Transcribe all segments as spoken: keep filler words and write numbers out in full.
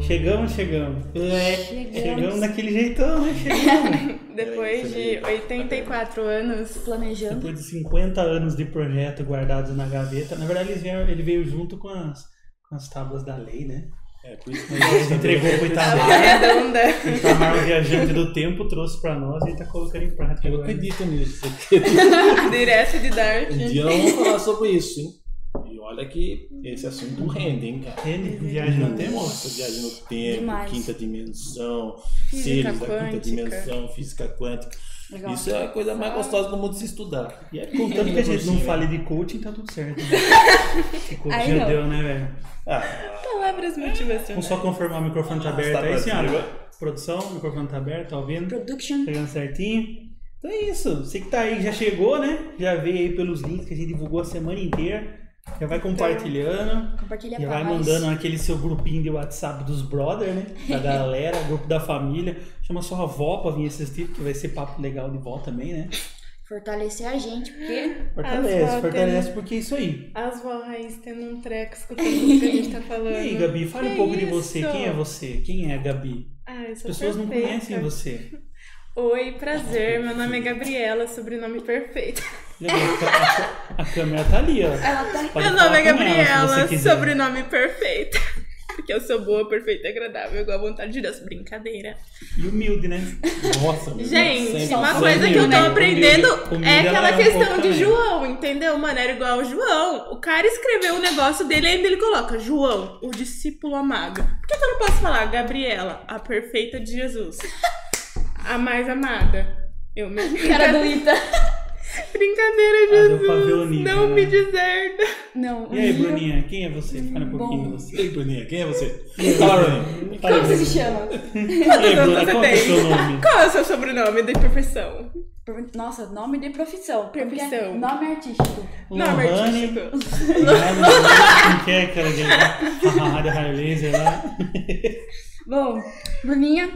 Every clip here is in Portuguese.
Chegamos, chegamos. É. Chegamos. Chegamos daquele jeitão, né? Chegamos. Depois de oitenta e quatro anos. Planejando. Depois de cinquenta anos de projeto guardados na gaveta. Na verdade, ele veio, ele veio junto com as, com as tábuas da lei, né? É, por isso que Mas ele entregou pro Tava Itamar. redonda. O Itamar, o viajante do tempo, trouxe pra nós e tá colocando em prática. eu agora. acredito nisso. Direto de Dark. Um dia nós vamos falar sobre isso, hein? E olha que esse assunto rende, hein, cara? Ele, viagem no tempo? Nossa, viagem no tempo, Demais. quinta dimensão, Física seres da quinta quântica. dimensão, física quântica. Legal. Isso é a coisa mais gostosa do mundo de se estudar. E é, contanto que a gente não fale de coaching, tá tudo certo. Né? Que coaching Aí já não. deu, né, velho? Ah, Palavras Vamos motivacionais. só confirmar o microfone tá aberto Tá aí, pra senhora. cima. Produção, o microfone tá aberto, tá ouvindo? Production. Pegando certinho. Então é isso. Você que tá aí, já chegou, né? Já veio aí pelos links que a gente divulgou a semana inteira. Já vai compartilhando. Compartilha Já pra vai nós. mandando aquele seu grupinho de WhatsApp dos brothers, né? Da galera, grupo da família. Chama sua avó pra vir assistir, que vai ser papo legal de volta também, né? Fortalecer a gente, porque Fortalece, As vó fortalece, tendo- porque é isso aí. As vó raiz tendo um treco escutando o que a gente tá falando. E aí, Gabi, fale Que um pouco de isso? você. Quem é você? Quem é a Gabi? Ah, eu As sou pessoas não perfeita. conhecem você. Oi, prazer. Meu nome é Gabriela, sobrenome perfeito. Já viu? A, a- a câmera tá ali, ó. ela tá. Pode Meu falar nome é com ela, se Gabriela, você quiser. sobrenome perfeito. Porque eu sou boa, perfeita e agradável, igual a vontade de Deus. Brincadeira. E humilde, né? nossa, meu Gente, Deus, uma sempre- coisa que eu tô Humilde, aprendendo humilde, humilde, é ela aquela é um questão pouco de também. João, entendeu? Mano, era igual o João. O cara escreveu o negócio dele e ainda ele coloca João, o discípulo amado. Por que que eu não posso falar Gabriela, a perfeita de Jesus? A mais amada. Eu mesmo. Cara do Ita. Brincadeira, Ah, deu Jesus. pra ver o nível, não né? me deserda. Não. E aí, o Ita- Bruninha, quem é você? Fala um pouquinho Bom. de você. E aí, Bruninha, quem é você? Fala, Bruninha. Fala, Como você Bruna. se chama? E aí, Bruna, Você qual que é o tem? seu nome? Qual é o seu sobrenome de perfeição? Nossa, nome de profissão. Como que é? Profissão. Nome artístico. Nome Lohane. artístico. Não quer aquela de a rádio raio laser lá. Bom, Bruninha,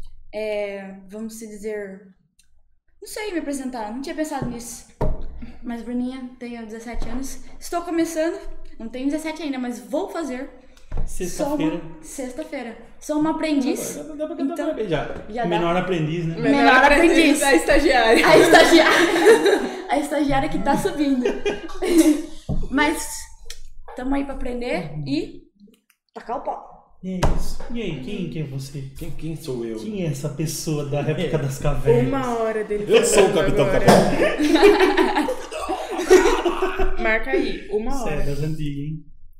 é, vamos se dizer. Não sei me apresentar, não tinha pensado nisso. Mas Bruninha, tenho dezessete anos. Estou começando, não tenho dezessete ainda, mas vou fazer. Sexta-feira. Sou uma- Sexta-feira. Sou uma aprendiz. Dá pra- dá pra cantar Então- parabéns já. Já dá. Menor aprendiz, né? Menor aprendiz. A estagiária. A estagiária. A estagiária que tá subindo. Mas estamos aí pra aprender e tacar o pau. E é isso. E aí, quem, quem é você? Quem, quem sou eu? Quem é essa pessoa da época das cavernas? Uma hora dele Eu sou o falando Capitão agora. Capitão. Marca aí, uma Você é hora. das antigas, hein?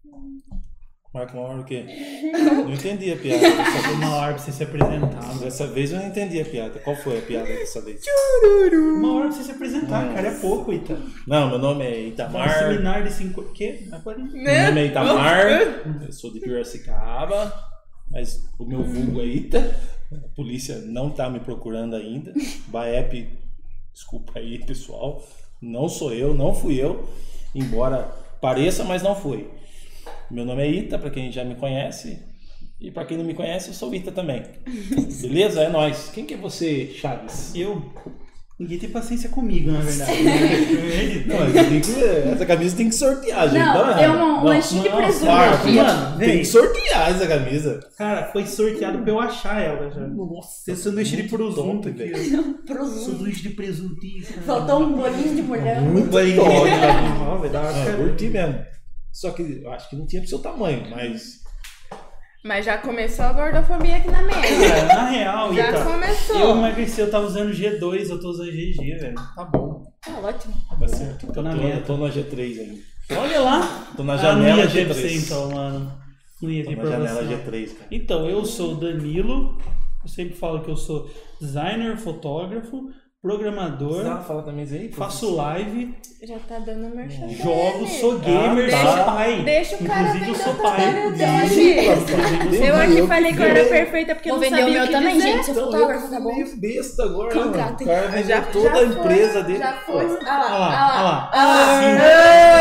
Marca uma hora o quê? Não entendi a piada. Só foi uma hora pra você se apresentar. Dessa vez eu não entendi a piada. Qual foi a piada dessa vez? Uma hora pra você se apresentar, cara. É pouco, Ita. Não, meu nome é Um Itamar. seminário de cinco... Quê? Agora... Meu nome é Itamar. Eu sou de Piracicaba. Mas o meu vulgo é Ita. A polícia não tá me procurando ainda. Baep, desculpa aí, pessoal. Não sou eu, não fui eu. Embora pareça, mas não fui. Meu nome é Ita, pra quem já me conhece. E pra quem não me conhece, eu sou Ita também. Beleza? É nóis. Quem que é você, Chaves? Eu... Ninguém tem paciência comigo, na verdade. Não, mas tem que- essa camisa tem que sortear, gente. Não, Não, tem um, um não. lanchinho de não, presunto claro, aqui. mano. Tem que sortear essa camisa. Cara, foi sorteado pra eu achar ela já. Nossa. Tem sanduíche de muito presunto top, aqui. velho. ó. Presunto. Sanduíche de presuntinho. cara. Faltou um bolinho de molhão. Muito Bolinho top, de cara. Ó, vai dar uma Ah, eu cara. curti mesmo. Só que eu acho que não tinha pro seu tamanho, mas. Mas já começou a gordofobia aqui na mesa. Cara, na real, Já Ita, começou. eu emagreci, eu tava usando G dois, eu tô usando G G, velho. Tá bom. Tá ótimo. Tá certo. Tô na eu meta. tô, tô na G três ainda. Olha lá. Tô na Ah, não janela ia ter pra G você três. então, mano. Não ia Tô ter na pra janela você. G três, cara. Então, eu sou o Danilo. Eu sempre falo que eu sou designer, fotógrafo, programador, Precisava falar também isso aí? faço live, Já tá dando merchan. jogo, dele. sou gamer, Ah, tá. sou pai. Deixa o cara Inclusive, eu vender sou o pai. trabalho dele. Inclusive, Eu aqui eu falei que eu virei- era perfeita porque Vou eu não vender sabia o meu que também, dizer. gente. Sou Então, fotógrafo, eu tá fui bom? meio besta agora, mano. Contratem. O cara vendeu Já- toda já a foi, empresa dele. Já foi. Ah Olha lá, lá, ah lá. olha lá.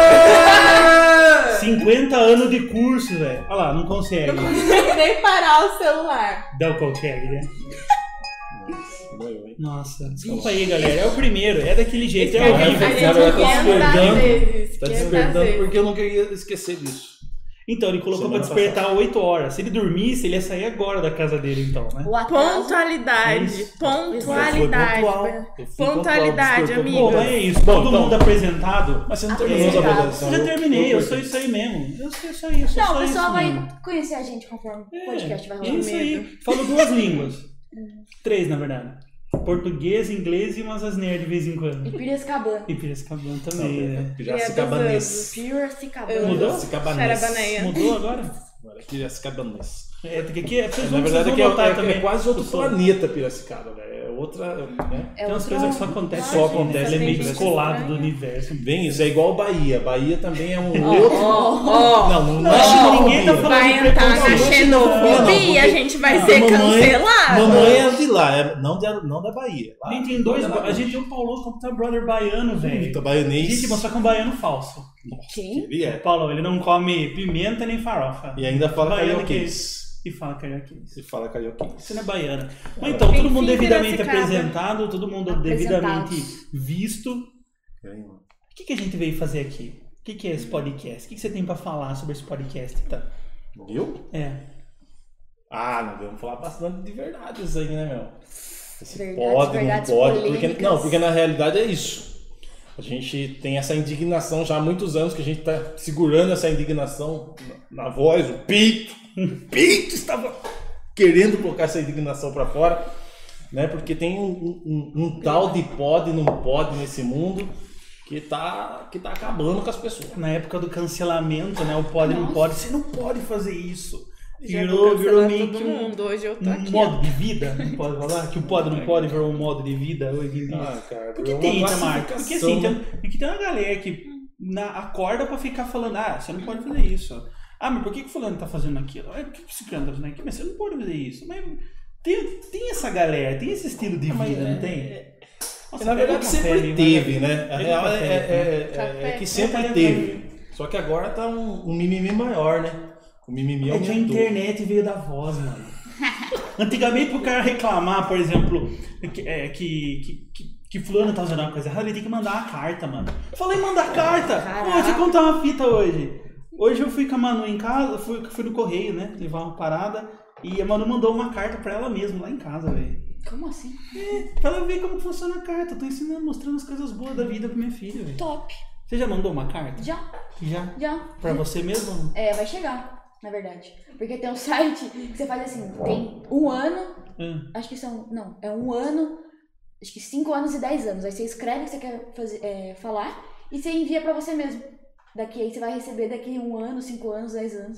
Ah! cinquenta anos de curso, velho. Olha lá, não consegue. Nem parar o celular. Não consegue, né? Doeu, hein? Nossa, desculpa aí, galera. É o primeiro, é daquele jeito, é A Escreve- horrível. gente cara, tá quinhentas despertando. vezes. Tá quinhentas despertando vezes. porque eu não queria esquecer disso. Então, ele colocou Semana pra despertar oito horas. Se ele dormisse, ele ia sair agora da casa dele, então, né? O atraso. Pontualidade. Isso. Pontualidade. pontual. Eu fui Pontualidade, pontual, amigo. Bom, despertou é isso. Bom, Todo então- mundo apresentado. Mas você não Ah, terminou é. a avaliação. Eu já terminei, eu sou curti. isso aí mesmo. Eu sou isso aí, eu sou Não, só o pessoal isso vai mesmo. conhecer a gente conforme o É, podcast vai é rolando. isso aí. Falo duas línguas. Três, na verdade. Português, inglês e umas asneiras de vez em quando. E Piracicabana. E Piracicabana também, né? Piracicabanês. Piracicabana. Mudou? Piracicabanês. Xarabaneia. Mudou agora? Agora é Piracicabanês. É, porque aqui é, vocês Na vão, verdade, vocês é, que vão é, notar é, também. é quase outro Eu sou- planeta Piracicaba, velho. É outra. Né? É Tem umas outra- coisas que só acontecem Só aqui, né? acontece Ela é meio aqui. descolado do universo. Bem, isso é igual Bahia. Bahia também é um outro. Ó, ó. Não, não, Não, é ninguém tá falando Vai de entrar na preconceito. xenofobia, Não, porque- a gente vai não, ser mamãe- cancelado. Mamãe é de lá, é, não, de, não da Bahia. Lá, A gente tem dois. lá, A gente tem um Paulão que é um brother baiano, velho. Puta, baianês. Gente, mas só que é um baiano falso. Quem? Ele O é. Paulão, ele não come pimenta nem farofa. E ainda fala Baiano carioquês. E fala carioquês. E fala carioquês. Você não é baiana. Mas então, Enfim, todo mundo devidamente Piracicaba. apresentado, todo mundo Apresentados. devidamente visto. O que, que a gente veio fazer aqui? O que, que é esse podcast? O que, que você tem pra falar sobre esse podcast, tá? Viu? É. Ah, nós vamos falar bastante de verdade isso aí, né, meu? Esse Verdades, pode, não verdades pode. Porque, polêmicas. não, porque na realidade é isso. A gente tem essa indignação já há muitos anos que a gente tá segurando essa indignação na, na voz, o peito. O peito estava querendo colocar essa indignação pra fora, né? Porque tem um, um- um tal de pode e não pode nesse mundo que tá, que tá acabando com as pessoas. Na época do cancelamento, né? O pode não Nossa. pode. Você não pode fazer isso. Já Virou, vou virou cancelar meio todo que um, mundo. Hoje eu tô um aqui. modo de vida. Não pode falar? Que o pode não pode virou um modo de vida hoje em dia. Ah, cara, Porque virou tem, uma né, Marco? Porque classificação, assim, né? tem, porque tem uma galera que na, acorda pra ficar falando, ah, você não pode fazer isso. Ah, mas por que, que o fulano tá fazendo aquilo? Ah, por que, que esse cara tá fazendo aquilo? Mas você não pode fazer isso. Mas tem, tem essa galera, tem esse estilo de vida, não tem? Nossa, Na verdade pega um sempre café ali, teve, vai. né? A Pega um real é, café, é- é- é que sempre Café. teve. Só que agora tá um, um mimimi maior, né? O mimimi É que a aumentou. internet veio da voz, mano. Antigamente, pro cara reclamar, por exemplo, que, é, que, que, que, que fulano tá fazendo uma coisa errada, ele tem que mandar uma carta, mano. Eu falei mandar carta! Caraca. Pô, deixa eu contar uma fita hoje. Hoje eu fui com a Manu em casa, fui, fui no correio, né? Levar uma parada. E a Manu mandou uma carta pra ela mesma lá em casa, velho. Como assim? Pra ela ver como funciona a carta. Eu tô ensinando, mostrando as coisas boas da vida pra minha filha, velho. Top. Você já mandou uma carta? Já, Já? já. Pra você mesmo? É, vai chegar, na verdade. Porque tem um site que você faz assim, tem um ano, Hum. acho que são, não, é um ano, acho que cinco anos e dez anos. Aí você escreve o que você quer fazer, é, falar e você envia pra você mesmo. Daqui aí você vai receber daqui um ano, cinco anos, dez anos.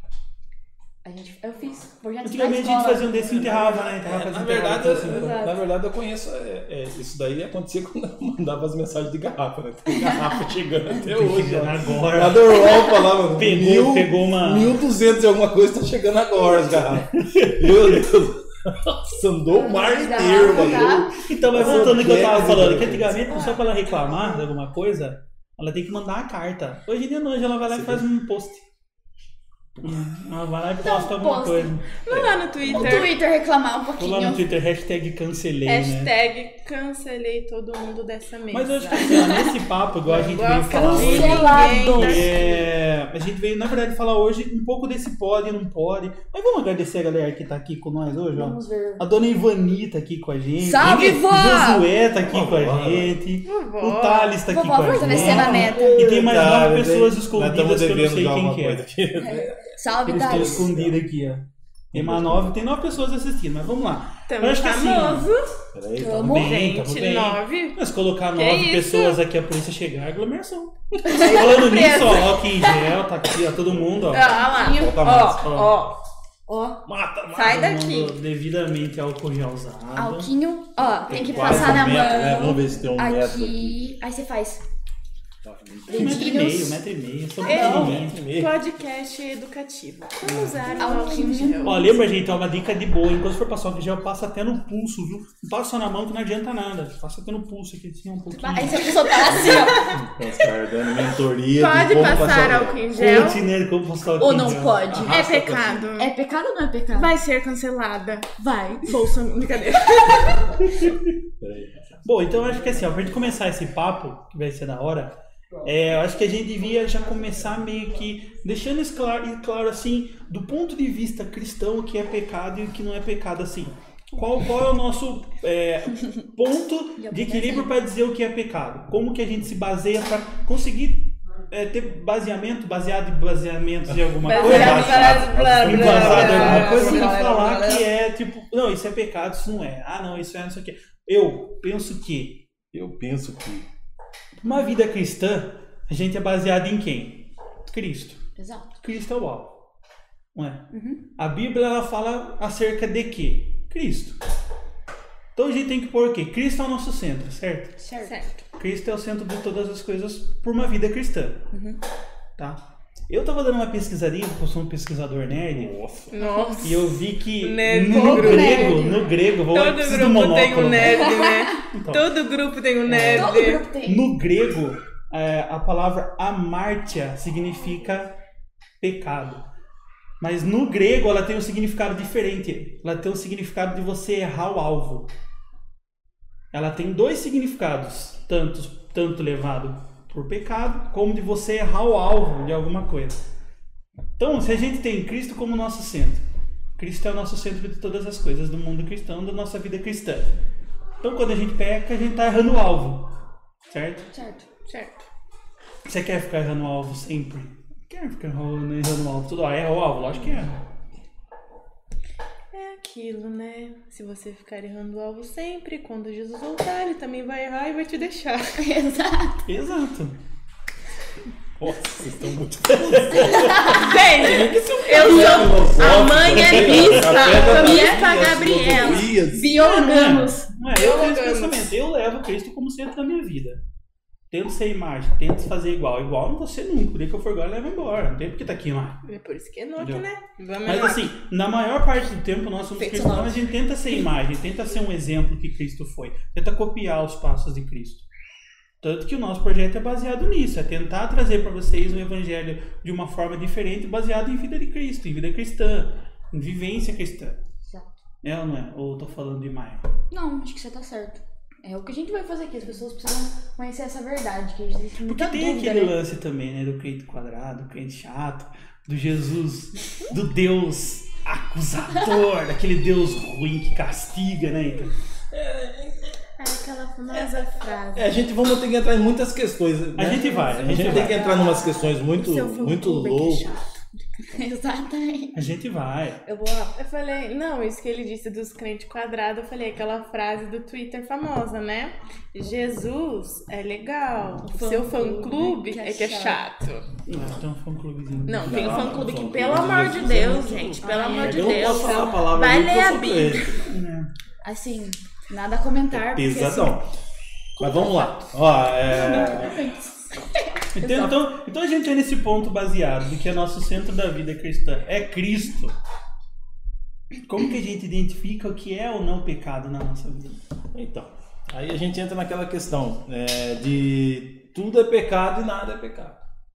A gente, eu fiz. Projeto Antigamente a gente fazia um desse e enterrava, né? Enterrava, É, fazia na, enterrava, verdade, assim, eu, Exato. na verdade, eu conheço. É, é, isso daí acontecia quando eu mandava as mensagens de garrafa, né? Tem garrafa chegando até hoje. chegando ó. agora. Lá da Europa, lá, mano. Pegou- mil, pegou uma- mil e duzentos e alguma coisa tá chegando agora as garrafas. Meu Deus. Nossa, andou o mar Garrafa, inteiro, tá? mano. Então, mas voltando ao que eu tava Quer falando, dizer, que antigamente, só pra ela reclamar de alguma coisa, ela tem que mandar uma carta. Hoje em dia não, hoje ela vai lá e faz um post. Hum, Ela vai lá e Então, posta alguma post. coisa. Vai lá no No Twitter. Twitter reclamar um Vou pouquinho. lá no Twitter, hashtag cancelei, né? Hashtag cancelei todo mundo dessa mesa. Mas eu acho que assim, ó, nesse papo, igual a gente veio Gosto falar de hoje, Cancelado. ninguém é, a gente veio, na verdade, falar hoje um pouco desse pode e não pode. Mas vamos agradecer a galera que tá aqui com nós hoje, ó. Vamos ver. A dona Ivani tá aqui com a gente. Salve, o vó! Josué tá aqui com a Vovó. gente. Vovó. O Thales tá aqui Vovó, com a fortalecendo a gente. neta. E tem mais Tá, nove mas pessoas aí, escondidas nós estamos que eu não devendo sei já quem alguma que é. coisa aqui. Salve, Eles estão Thales. escondidos aqui, ó. Tem mais nove, tem nove pessoas assistindo, mas vamos lá. Eu Tamo acho que assim, ó, famoso. Peraí, Tamo. tamo bem. bem, tamo Gente, bem. nove. Mas colocar Que nove isso? pessoas aqui, a polícia chegar, é aglomeração. Falando nisso, ó, álcool em gel, tá aqui, ó, todo mundo, ó. Olha lá. Falta mais. Ó, ó. Ó, Mata, mata. Sai Todo daqui. mundo devidamente álcool gel usado. alquinho. Ó, tem que quase passar um na metro, né? mão. Vamos ver se tem um metro Aqui. Aí você faz. Um metro e meio, um metro e meio, só um Eu- pequenininho. Podcast educativo. Como usar o Álcool álcool em em gel? Ó, lembra, gente, é uma dica de boa, hein? Quando for passar álcool em gel, passa até no pulso, viu? Não passa só na mão que não adianta nada. Passa até no pulso aqui, assim, um pouquinho. Aí você soltar assim, ó. Os caras dando mentoria. de Pode como passar álcool em gel? Conte, né, como passar álcool Ou em não gel. pode? É pecado. É pecado ou não é pecado? Vai ser cancelada. Vai. Bolsa, brincadeira. Peraí. Bom, então eu acho que assim, ó, pra gente começar esse papo, que vai ser da hora, É, eu acho que a gente devia já começar meio que deixando isso claro, claro assim, do ponto de vista cristão, o que é pecado e o que não é pecado, assim. Qual, qual é o nosso é, ponto de equilíbrio para dizer o que é pecado? Como que a gente se baseia para conseguir é, ter baseamento, baseado em baseamentos de alguma coisa? Embasado em alguma coisa para falar que é tipo, não, isso é pecado, isso não é. Ah, não, isso é não sei o quê. Eu penso que... Eu penso que... Uma vida cristã, a gente é baseado em quem? Cristo. Exato. Cristo é o alvo. Não é? Uhum. A Bíblia ela fala acerca de quê? Cristo. Então a gente tem que pôr o quê? Cristo é o nosso centro, certo? Certo. Certo. Cristo é o centro de todas as coisas por uma vida cristã. Uhum. Tá? Eu tava dando uma pesquisadinha, porque eu sou um pesquisador nerd. Nossa. Nossa. E eu vi que Nerd. no Todo grego, nerd. no grego, vou Todo preciso do grupo tem monóculo. um nerd, né? Então, Todo grupo tem um nerd. Todo grupo tem. no grego, é, a palavra amártia significa pecado. Mas no grego ela tem um significado diferente. Ela tem um significado de você errar o alvo. Ela tem dois significados, tanto, tanto levado por pecado, como de você errar o alvo de alguma coisa. Então, se a gente tem Cristo como nosso centro, Cristo é o nosso centro de todas as coisas do mundo cristão, da nossa vida cristã. Então, quando a gente peca, a gente está errando o alvo, certo? Certo. Certo. Você quer ficar errando o alvo sempre? Quer ficar errando, errando o alvo tudo? Ah, erra o alvo? Lógico que erra. É aquilo, né? Se você ficar errando o alvo sempre, quando Jesus voltar, ele também vai errar e vai te deixar. Exato. Exato. Nossa, vocês estão muito... Gente, eu sou a mãe é bispa, bispa Gabriela. Biologamos. Não é, eu tenho esse Biologamos. pensamento. Eu levo Cristo como centro da minha vida. Tento ser imagem, tento fazer igual. Igual eu não vou ser nunca. O dia que eu for igual, eu levo embora. Não tem porque tá aqui mais. É por isso que é noite, Entendeu? né? Vamos Mas lá. assim, na maior parte do tempo nós somos Feito cristãos, nós. a gente tenta ser imagem, tenta ser um exemplo que Cristo foi. Tenta copiar os passos de Cristo. Tanto que o nosso projeto é baseado nisso. É tentar trazer para vocês um evangelho de uma forma diferente, baseado em vida de Cristo, em vida cristã, em vivência cristã. Exato. É ou não é? Ou eu tô falando demais? Não, acho que você tá certo. É o que a gente vai fazer aqui. As pessoas precisam conhecer essa verdade. Que existe Porque muita tem dúvida, aquele né? lance também, né? Do crente quadrado, do crente chato, do Jesus, do Deus acusador, daquele Deus ruim que castiga, né? Então, É aquela famosa frase. É, a gente vamos ter que entrar em muitas questões. Né? a gente vai, a A gente gente vai. tem que entrar em umas questões muito, Seu fã muito clube que é loucas. chato. Exatamente. A gente vai. Eu vou... Eu falei, não, isso que ele disse dos crentes quadrados, eu falei aquela frase do Twitter famosa, né? Jesus é legal, o seu fã-clube é que é chato. Não, tem um fã clubezinho. Não, tem um Não, fã-clube o que, fã-clube pelo de amor de Jesus é Deus, muito- gente, pelo Ah, amor é. de Eu não Deus. posso falar a palavra Vai ali porque ler eu a sou Bíblia. crente. Né? Assim, nada a comentar. porque, Pesadão. Mas vamos lá. Ó, é... assim, Então, então, então a gente é nesse ponto baseado de que o nosso centro da vida cristã é Cristo. Como que a gente identifica o que é ou não pecado na nossa vida? Então, aí a gente entra naquela questão é, de tudo é pecado e nada é pecado.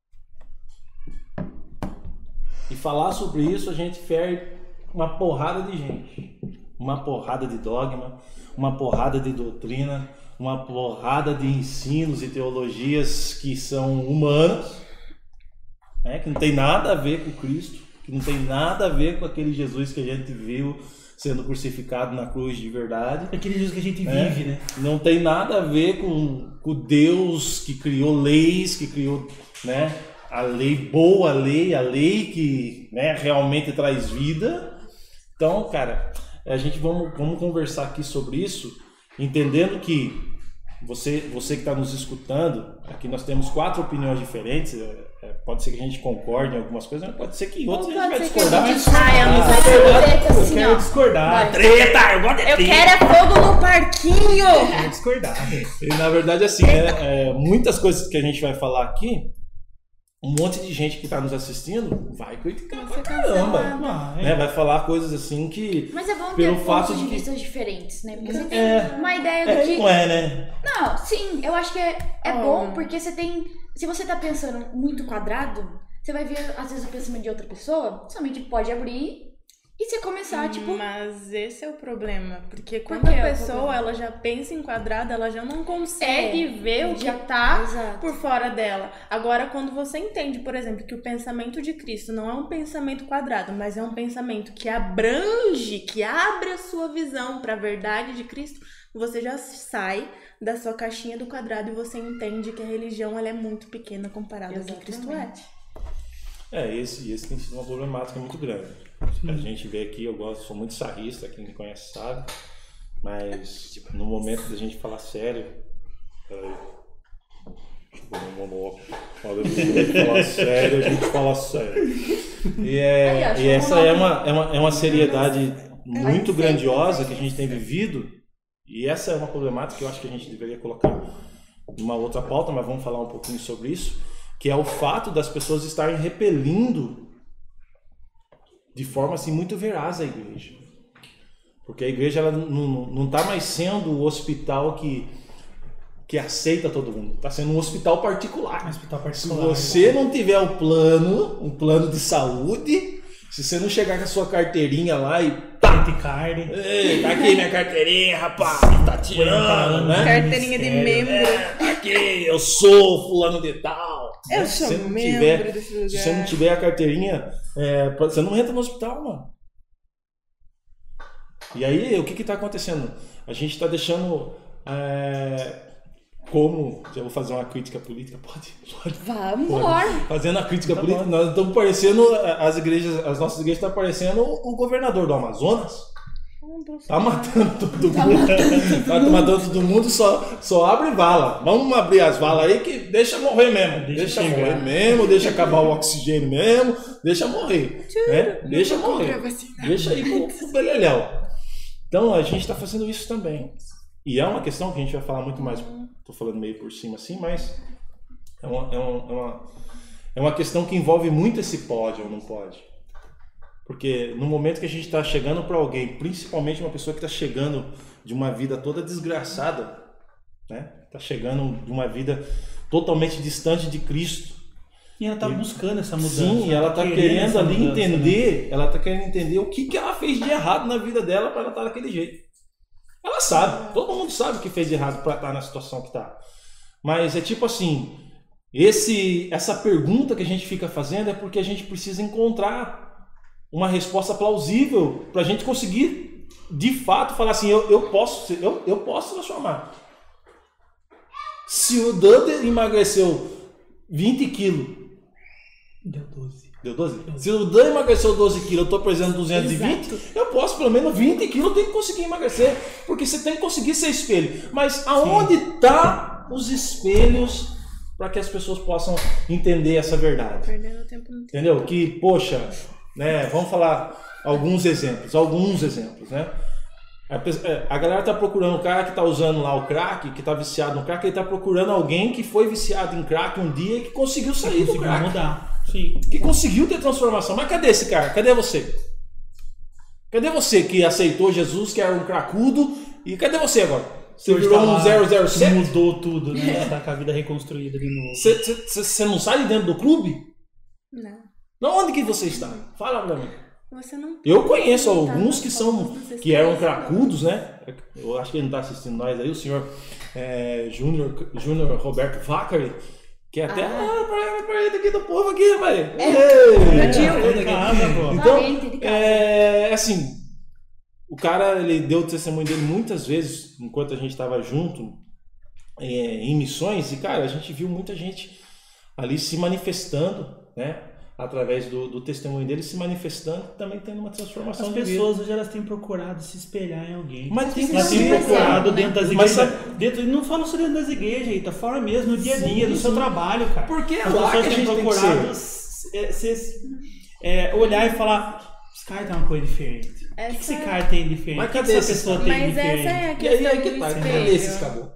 E falar sobre isso a gente fere uma porrada de gente. Uma porrada de dogma, uma porrada de doutrina, uma porrada de ensinos e teologias que são humanas, né, que não tem nada a ver com Cristo, que não tem nada a ver com aquele Jesus que a gente viu sendo crucificado na cruz de verdade. Aquele Jesus que a gente É. vive, né? Não tem nada a ver com o Deus que criou leis, que criou, né, a lei boa, a lei, a lei que, né, realmente traz vida. Então, cara, a gente vamos, vamos conversar aqui sobre isso, entendendo que você, você que está nos escutando, aqui nós temos quatro opiniões diferentes. é, é, pode ser que a gente concorde em algumas coisas, mas pode ser que em outras a gente vai Pode ser que a discordar. gente mas- saia no Ah, treta, Eu assim, quero ó. discordar. Vai. Treta! Eu gosto de Eu treta. quero é fogo no parquinho! Eu quero discordar. E, na verdade, assim, né, é, muitas coisas que a gente vai falar aqui, um monte de gente que está nos assistindo vai criticar pra caramba. Ah, Né? Vai falar coisas assim que... Mas é bom ter Pelo pontos fato de de que- vista diferentes, né? Porque você tem É. uma ideia É, do que... não é, né? Não, sim, eu acho que é, é Oh. bom porque você tem... Se você tá pensando muito quadrado, você vai ver, às vezes, o pensamento de outra pessoa, somente pode abrir E você começar, tipo... Mas esse é o problema. Porque Por quando que a é o pessoa problema? ela já pensa enquadrada, ela já não consegue É, ver o que já- tá Exato. por fora dela. Agora, quando você entende, por exemplo, que o pensamento de Cristo não é um pensamento quadrado, mas é um pensamento que abrange, que abre a sua visão para a verdade de Cristo, você já sai da sua caixinha do quadrado e você entende que a religião ela é muito pequena comparada ao que Cristo é. É, esse, esse tem sido uma problemática muito grande. A gente vê aqui, eu gosto, sou muito sarrista, quem me conhece sabe, mas no momento da gente falar sério, peraí, deixa eu pôr um monóculo, quando a gente falar sério, a gente fala sério. E, é, Aí, ó, e essa é monóculo. uma, é, uma, é uma seriedade muito grandiosa que a gente tem vivido, e essa é uma problemática que eu acho que a gente deveria colocar numa outra pauta, mas vamos falar um pouquinho sobre isso, que é o fato das pessoas estarem repelindo de forma assim muito veraz a igreja. Porque a igreja ela não, não tá mais sendo o hospital que, que aceita todo mundo. Está sendo um hospital particular. Um hospital Se particular. você não tiver o plano, um plano de saúde, se você não chegar com a sua carteirinha lá e Tá. De carne. Ei, tá aqui minha carteirinha, rapaz, tá tirando, né? Carteirinha de membro. É, tá aqui, eu sou fulano de tal. Eu né? sou Se você não membro tiver, desse lugar. se você não tiver a carteirinha, é, você não entra no hospital, mano. E aí, o que que tá acontecendo? A gente tá deixando, é, como, já vou fazer uma crítica política, pode? Pode. Vamos Pode. embora. Fazendo a crítica Tá política, bom. nós estamos parecendo, as igrejas, as nossas igrejas estão parecendo o governador do Amazonas. Tá matando todo mundo. Tá matando todo mundo, só, só abre vala. Vamos abrir as valas aí que deixa morrer mesmo. Deixa Deixa, chegar. morrer mesmo, deixa acabar o oxigênio mesmo, deixa morrer. Né? Deixa morrer. Deixa aí pro, pro beleléu. Então a gente tá fazendo isso também. E é uma questão que a gente vai falar muito mais. Tô falando meio por cima assim, mas é uma, é uma, é uma, é uma questão que envolve muito esse pode ou não pode. Porque no momento que a gente está chegando para alguém, principalmente uma pessoa que está chegando de uma vida toda desgraçada, né? Está chegando de uma vida totalmente distante de Cristo. E ela tá buscando essa mudança. Sim, ela está querendo querendo essa ali mudança, entender, ela está querendo entender o que, que ela fez de errado na vida dela para ela estar daquele jeito. Ela sabe, todo mundo sabe o que fez de errado para estar na situação que está. Mas é tipo assim, esse, essa pergunta que a gente fica fazendo é porque a gente precisa encontrar uma resposta plausível para a gente conseguir, de fato, falar assim, eu, eu, posso, eu, eu posso transformar. Se o Dunder emagreceu vinte quilos, Deu doze. deu doze? Se o Dan emagreceu doze quilos, eu estou pesando duzentos e vinte, eu posso pelo menos vinte quilos, eu tenho que conseguir emagrecer, porque você tem que conseguir ser espelho. Mas aonde estão os espelhos para que as pessoas possam entender essa verdade? Perdendo tempo no tempo. Entendeu? Que, poxa, né, vamos falar alguns exemplos, alguns exemplos, né? A, pe- é, a galera tá procurando o cara que tá usando lá o crack, que tá viciado no crack, ele tá procurando alguém que foi viciado em crack um dia e que conseguiu sair do Conseguiu crack. mudar. Sim. Que conseguiu ter transformação. Mas cadê esse cara? Cadê você? Cadê você que aceitou Jesus, que era um cracudo? E cadê você agora? Você Hoje virou tá um lá, zero zero sete? Mudou tudo, né? Tá com a vida reconstruída de novo. Você- Você você não sai de dentro do clube? Não. Não, onde que você está? Fala pra mim. Você não. Eu conheço Tá, alguns tá que são falando, vocês que eram conhecem. cracudos, né? Eu acho que ele não está assistindo nós aí, o senhor é, Júnior Júnior Roberto Vacari, que é até ah, para para ele aqui do povo aqui, rapaz. Ei, meu tio. é, ele aqui. Casa, pô. Então, Parente de casa. é assim, o cara ele deu o testemunho dele muitas vezes enquanto a gente estava junto é, em missões e cara a gente viu muita gente ali se manifestando, né? Através do, do testemunho dele se manifestando, também tendo uma transformação As de vida. pessoas hoje elas têm procurado se espelhar em alguém. Mas tem que Elas têm ser, procurado cara. dentro das Mas igrejas. Dentro, não falo só dentro das igrejas, aí, tá fora mesmo, no dia a dia, Sim, no seu sim. trabalho, cara. Porque é As lá que a pessoas têm gente tem que procurado ser. é, ser- é, olhar e falar: esse cara tem uma coisa diferente. O que Essa- esse cara tem diferente? Mas O que cadê essa esses pessoa caras? tem Mas diferente? essa é a E aí questão é que do tá, espelho. cadê esses caboclos?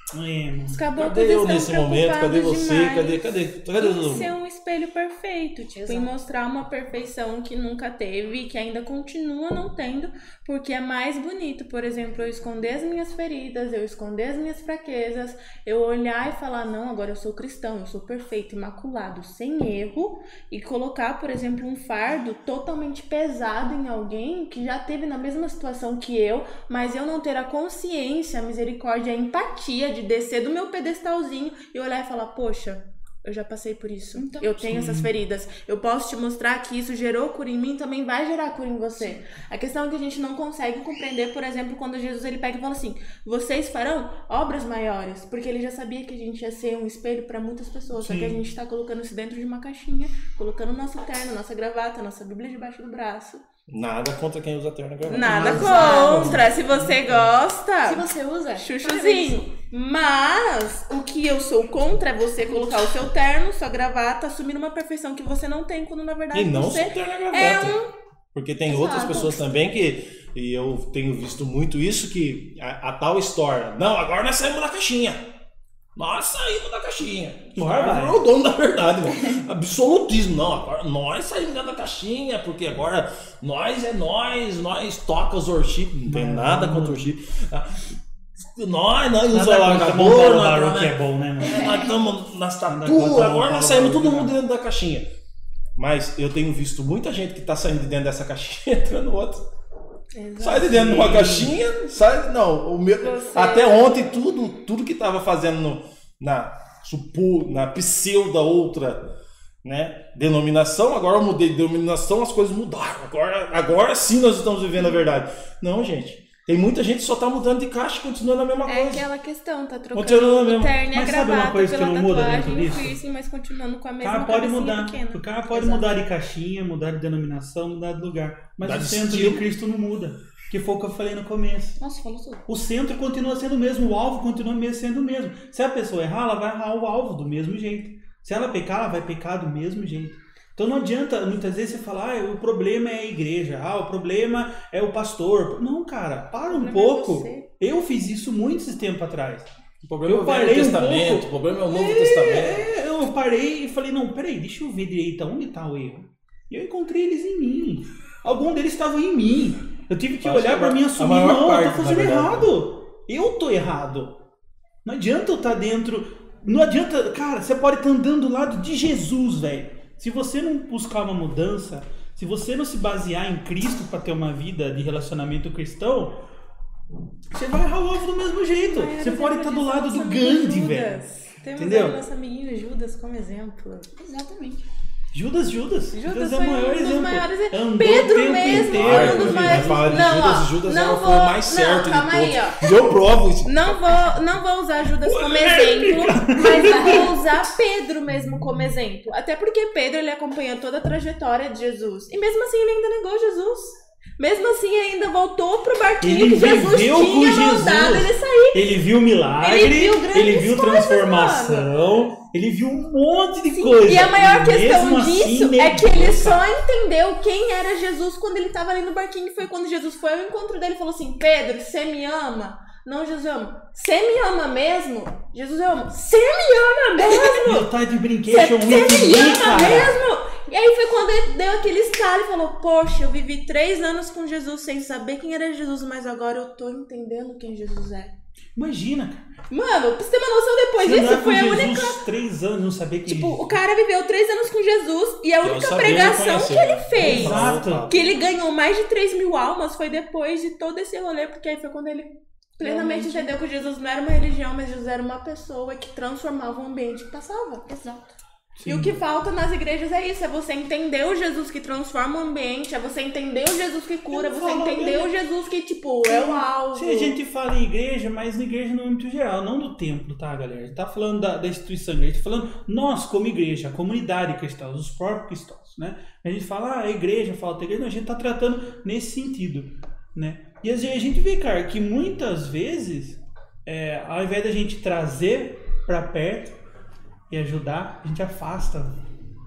É, mano. Os caboclos Cadê eu estão nesse momento? Cadê preocupados você? demais Cadê? Cadê? Cadê em o ser um espelho perfeito, tipo, Exato. em mostrar uma perfeição que nunca teve e que ainda continua não tendo, porque é mais bonito, por exemplo, eu esconder as minhas feridas, eu esconder as minhas fraquezas, eu olhar e falar, não, agora eu sou cristão, eu sou perfeito, imaculado, sem erro, e colocar, por exemplo, um fardo totalmente pesado em alguém que já teve na mesma situação que eu, mas eu não ter a consciência, a misericórdia, a empatia de descer do meu pedestalzinho e olhar e falar, poxa, eu já passei por isso, Então, eu tenho essas feridas, eu posso te mostrar que isso gerou cura em mim, também vai gerar cura em você. A questão é que a gente não consegue compreender, por exemplo, quando Jesus ele pega e fala assim, vocês farão obras maiores, porque ele já sabia que a gente ia ser um espelho para muitas pessoas, só Sim. que a gente tá colocando isso dentro de uma caixinha, colocando nosso terno, nossa gravata, nossa Bíblia debaixo do braço. Nada contra quem usa terno e gravata. Nada Exato. contra, se você gosta... Se você usa, Chuchuzinho. Mas o que eu sou contra é você colocar o seu terno, sua gravata, assumir uma perfeição que você não tem, quando na verdade E não você só terno e gravata. é um... Porque tem Exato. outras pessoas também que, e eu tenho visto muito isso, que a, a tal história, não, agora nós saímos da caixinha. Nós saímos da caixinha. Bora, Agora vai. é o dono da verdade, mano. Absolutismo. Não, agora nós saímos da caixinha, porque agora nós é nós, nós toca os worship. Não tem Não. nada contra o worship. Nós, nós Nada usamos contra largador, montar o nós, barulho nós, que é bom, né, mano? nós estamos nas Nada tatuas, contra agora montar nós o saímos barulho todo que é mundo dentro da caixinha. Mas eu tenho visto muita gente que tá saindo de dentro dessa caixinha entrando outra. Sai de dentro de uma caixinha, sai. Não, o meu, Você- até ontem tudo, tudo que tava fazendo no, na, supu, na pseudo outra, né, denominação, agora eu mudei de denominação, as coisas mudaram. Agora, agora sim nós estamos vivendo a verdade. Não, gente. Tem muita gente que só tá mudando de caixa e continuando a mesma É coisa. aquela questão, tá trocando Continuando o mesmo. terno e a Mas sabe uma gravata coisa que pela não muda tatuagem dentro e o disso? piercing, mas continuando com a O mesma cara pode cabecinha mudar. pequena. O cara pode Exato. mudar de caixinha, mudar de denominação, mudar de lugar. Mas Mudar o de centro estilo. de Cristo não muda. Que foi o que eu falei no começo. Nossa, falou tudo. O centro continua sendo o mesmo, o alvo continua mesmo sendo o mesmo. Se a pessoa errar, ela vai errar o alvo do mesmo jeito. Se ela pecar, ela vai pecar do mesmo jeito. Então não adianta, muitas vezes, você falar, ah, o problema é a igreja, ah, o problema é o pastor. Não, cara, para um problema é pouco. você. Eu fiz isso muitos tempo atrás. O problema Eu é o Velho parei um Testamento, pouco. o problema é o Novo Testamento. É, eu parei e falei, não, peraí, deixa eu ver direito aonde está o erro. E eu encontrei eles em mim. Algum deles estavam em mim. Eu tive que Acho olhar que para a mim e ma- assumir, a maior não, eu parte, tô fazendo na verdade. errado. Eu tô errado. Não adianta eu estar dentro... Não adianta... Cara, você pode estar andando do lado de Jesus, velho. Se você não buscar uma mudança, se você não se basear em Cristo para ter uma vida de relacionamento cristão, você vai errar o alvo do mesmo jeito. Maior Você pode exemplo estar do disso é lado nosso do amigo Gandhi, Judas. velho. Temos Entendeu? aí o nosso amiguinho Judas como exemplo. Exatamente. Judas, Judas. Judas é o foi maior um dos exemplo. maiores... Andou o Pedro tempo mesmo inteiro. foi um dos Vai maiores... falar de Não, Judas, ó, Judas não era- vou... foi o mais certo não, calma de aí, todos. ó. E eu provo isso. Não vou, não vou usar Judas como exemplo, mas eu vou usar Pedro mesmo como exemplo. Até porque Pedro, ele acompanhou toda a trajetória de Jesus. E mesmo assim, ele ainda negou Jesus. Mesmo assim, ele ainda voltou pro barquinho Ele que Jesus viveu com tinha Jesus. mandado ele sair. Ele viu milagre, Ele viu grandes ele viu coisas, transformação, ele viu um monte de coisa. E a maior questão mesmo assim, disso negou, é que ele cara. só entendeu quem era Jesus quando ele tava ali no barquinho. Foi quando Jesus foi ao encontro dele e falou assim: Pedro, você me ama? Não, Jesus, eu amo. Você me ama mesmo? Jesus, eu amo. Você me ama mesmo? E eu tá de Você brinquedo me muito bem, ama cara. mesmo? E aí foi quando ele deu aquele estalo e falou: Poxa, eu vivi três anos com Jesus sem saber quem era Jesus, mas agora eu tô entendendo quem Jesus é. Imagina, cara. Mano, pra você ter uma noção, depois Você disso andar com foi a Jesus única. três anos, não saber que... Tipo, o cara viveu três anos com Jesus e a Eu única sabia pregação reconhecer, que ele né? fez, Exato. que ele ganhou mais de três mil almas, foi depois de todo esse rolê, porque aí foi quando ele plenamente Realmente. entendeu que Jesus não era uma religião, mas Jesus era uma pessoa que transformava o ambiente que passava. Exato. E o que falta nas igrejas é isso, é você entender o Jesus que transforma o ambiente, é você entender o Jesus que cura, Eu você falo entender mesmo. o Jesus que, tipo, é o alvo. Se a gente fala em igreja, mas na igreja no âmbito geral, não do templo, tá, galera? A gente tá falando da, da instituição, a gente tá falando nós como igreja, a comunidade cristã, os próprios cristãos, né? A gente fala, ah, a igreja, falta a igreja, não, a gente tá tratando nesse sentido, né? E a gente a gente vê, cara, que muitas vezes, é, ao invés da gente trazer pra perto e ajudar, a gente afasta.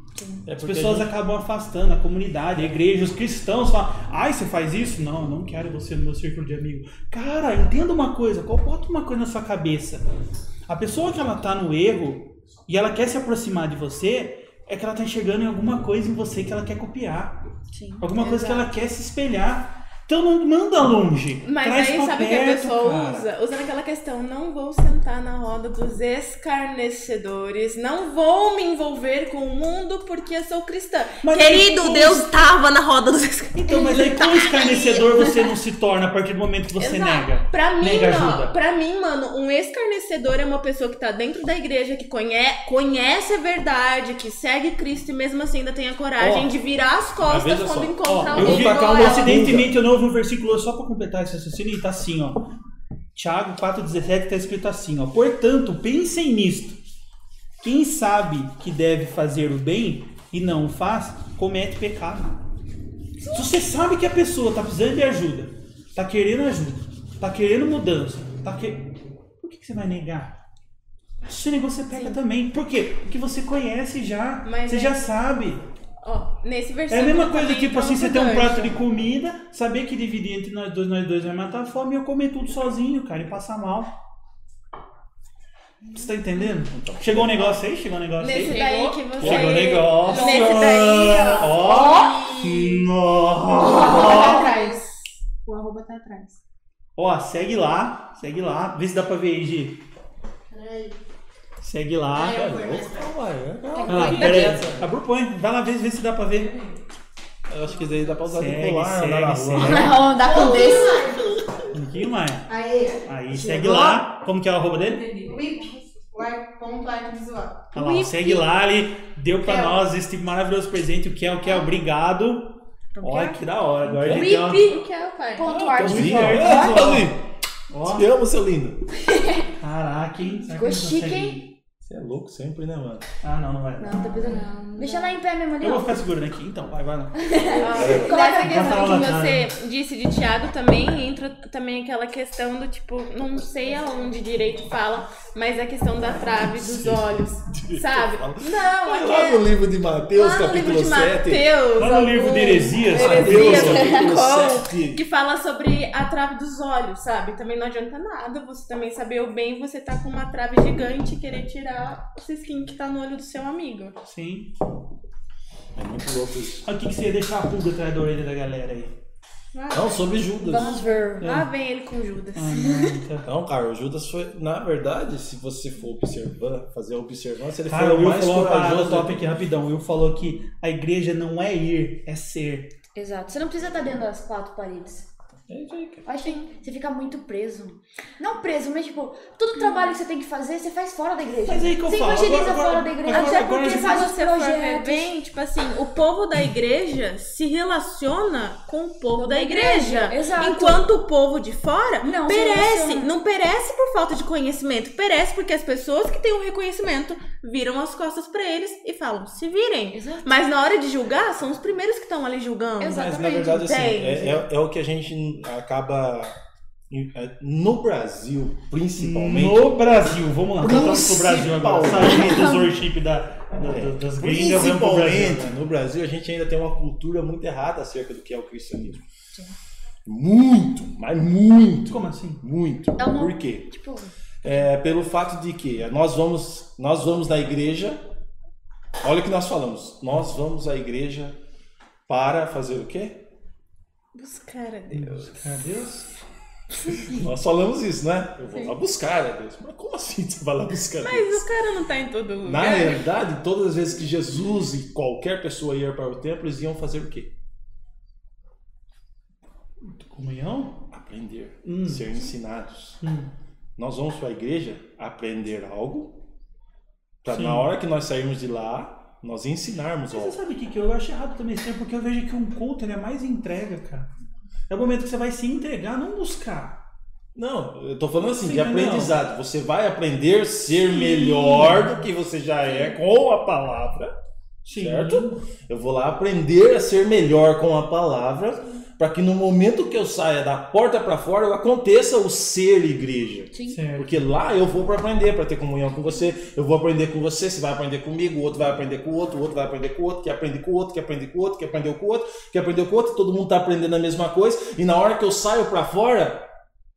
É As porque pessoas a gente- acabam afastando a comunidade, a igreja, os cristãos falam, ai, você faz isso? Não, eu não quero você no meu círculo de amigos. Cara, entenda uma coisa, bota uma coisa na sua cabeça. A pessoa que ela tá no erro e ela quer se aproximar de você, é que ela tá enxergando em alguma coisa em você que ela quer copiar. Sim. Alguma coisa que Exato. ela quer se espelhar. Então não manda longe. Mas traz aí pra sabe o que a perto, pessoa cara. usa? Usando aquela questão, não vou sentar na roda dos escarnecedores, não vou me envolver com o mundo porque eu sou cristã. Mas Querido, aí, Deus tava na roda dos escarnecedores. Então, mas aí qual escarnecedor você não se torna a partir do momento que você Exato. nega? Pra mim, Nega ó, ajuda. pra mim, mano, um escarnecedor é uma pessoa que tá dentro da igreja, que conhe conhece a verdade, que segue Cristo e mesmo assim ainda tem a coragem Ó, de virar as mas costas veja quando só, encontra Ó, eu alguém vi, igual tacar a uma ela. coincidentemente, eu não ouvi um versículo só para completar esse raciocínio e tá assim, ó. Tiago quatro dezessete tá escrito assim, ó. Portanto, pensem nisto. Quem sabe que deve fazer o bem e não o faz, comete pecado. Se você sabe que a pessoa tá precisando de ajuda, tá querendo ajuda, tá querendo mudança, tá que... por que, que você vai negar? Se você negou, você pega Sim. também. Por quê? Porque você conhece já, Mas você é- já sabe. Ó, nesse É versículo a mesma coisa, também tipo tá assim, um você tem um gancho. prato de comida, saber que dividir entre nós dois, nós dois vai matar a fome e eu comer tudo sozinho, cara, e passar mal. Você tá entendendo? Chegou um negócio aí? Chegou um negócio Nesse aí? daí que você... Chegou um negócio. Nesse daí, ó. Ó. Tá Nossa. atrás. O arroba tá atrás. Ó, segue lá, segue lá. Vê se dá pra ver aí, Gi. Peraí. Segue lá. Ah, eu vou, mas- Vai lá, pera aí. Abre o põe. Vai lá ver, vê se dá pra ver. Eu acho que isso daí dá pra usar Segue, de colar, segue, andar na rua. segue. né? Não, dá com desse. Um pouquinho mais. Aí. Aí, segue lá. Como que é o arroba dele? Whip. Like, ponto like visual. Olha lá, segue lá, ele deu pra Kel. nós esse maravilhoso presente, o Kel, Kel, obrigado. Olha que da hora, agora ele Whip. tem uma... O que é, pai? Ponto Tá arte. lindo, Olha. ó. Tá lindo. Ó, Te amo, seu lindo. caraca, hein? Será que Ficou ele chique, consegue? hein? Você é louco sempre, né, mano? Ah, não, não vai. Não, tá pisando não. Deixa lá em pé mesmo ali, Eu vou ó. ficar segurando aqui, então, vai, vai lá. Coloca Nessa aqui, questão lá que atrás. você disse de Tiago também entra também aquela questão do tipo, não sei aonde direito fala, mas a questão da trave dos olhos, sabe? Não, Vai é lá que no livro de Mateus, lá no capítulo livro de sete. Mateus, Lá no livro de Heresias, Heresias, Mateus, capítulo com- sete. que fala sobre a trave dos olhos, sabe? Também não adianta nada você também saber o bem, você tá com uma trave gigante e querer tirar o cisquinho que tá no olho do seu amigo. Sim. É muito louco isso. Olha o que, que você ia deixar a pulga atrás da orelha da galera aí. Não, sobre Judas. Vamos ver. Lá vem ele com Judas. Ah, não, tá. Não, cara, o Judas foi, na verdade, se você for observar, fazer a observância, ele Cara, foi o o Will mais falou uma parada corajoso. top aqui, rapidão. O Will falou que a igreja não é ir, é ser. Exato. Você não precisa estar dentro das quatro paredes. É isso aí, cara. Eu acho que você fica muito preso. Não preso, mas tipo, todo o trabalho que você tem que fazer, você faz fora da igreja. Mas aí que eu você falo, evangeliza agora- fora da igreja. agora- Até agora porque se faz Se os você for ver projetos. bem, tipo assim, o povo da igreja se relaciona com o povo da Da igreja. igreja, exato. Enquanto o povo de fora Não se perece. relaciona. Não perece por falta de conhecimento. Perece porque as pessoas que têm um reconhecimento viram as costas pra eles e falam, se virem. Exato. Mas na hora de julgar, são os primeiros que estão ali julgando. Exato. Mas na verdade, assim, Entende? é, é, é o que a gente acaba. é, No Brasil, principalmente. No Brasil, vamos lá, voltamos pro Brasil agora. Principalmente. Saindo do worship da, da- É, das gringas, vamos pro Brasil. Principalmente no Brasil, a gente ainda tem uma cultura muito errada acerca do que é o cristianismo. Muito, mas muito. Como assim? Muito. É uma- Por quê? Tipo, É, pelo fato de que nós vamos, nós vamos na igreja. Olha o que nós falamos. Nós vamos à igreja para fazer o quê? Buscar a Deus. Cara, Deus. Nós falamos isso, né? Eu vou lá buscar a Deus. Mas como assim você vai lá buscar a Mas Deus? o cara não tá em todo lugar. Na realidade, todas as vezes que Jesus e qualquer pessoa ia para o templo, eles iam fazer o quê? Comunhão? Aprender, Hum. ser ensinados. Hum. Nós vamos para a igreja aprender algo, para Sim. na hora que nós sairmos de lá, nós ensinarmos Mas você algo. sabe o que, que eu acho errado também, Esther? Porque eu vejo que um culto ele é mais entrega, cara. É o momento que você vai se entregar, não buscar. Não, eu tô falando assim, Sim, de mas aprendizado. Você vai aprender a ser melhor do que você já é com a palavra, Sim. certo? Eu vou lá aprender a ser melhor com a palavra, para que no momento que eu saia da porta para fora, eu aconteça o ser igreja. sim. Certo. Porque lá eu vou para aprender, para ter comunhão com você. Eu vou aprender com você, você vai aprender comigo, o outro vai aprender com o outro, o outro vai aprender com o outro, que aprende com o outro, que aprende com o outro, que aprendeu com o outro, que aprendeu com o outro, todo mundo tá aprendendo a mesma coisa. E na hora que eu saio para fora,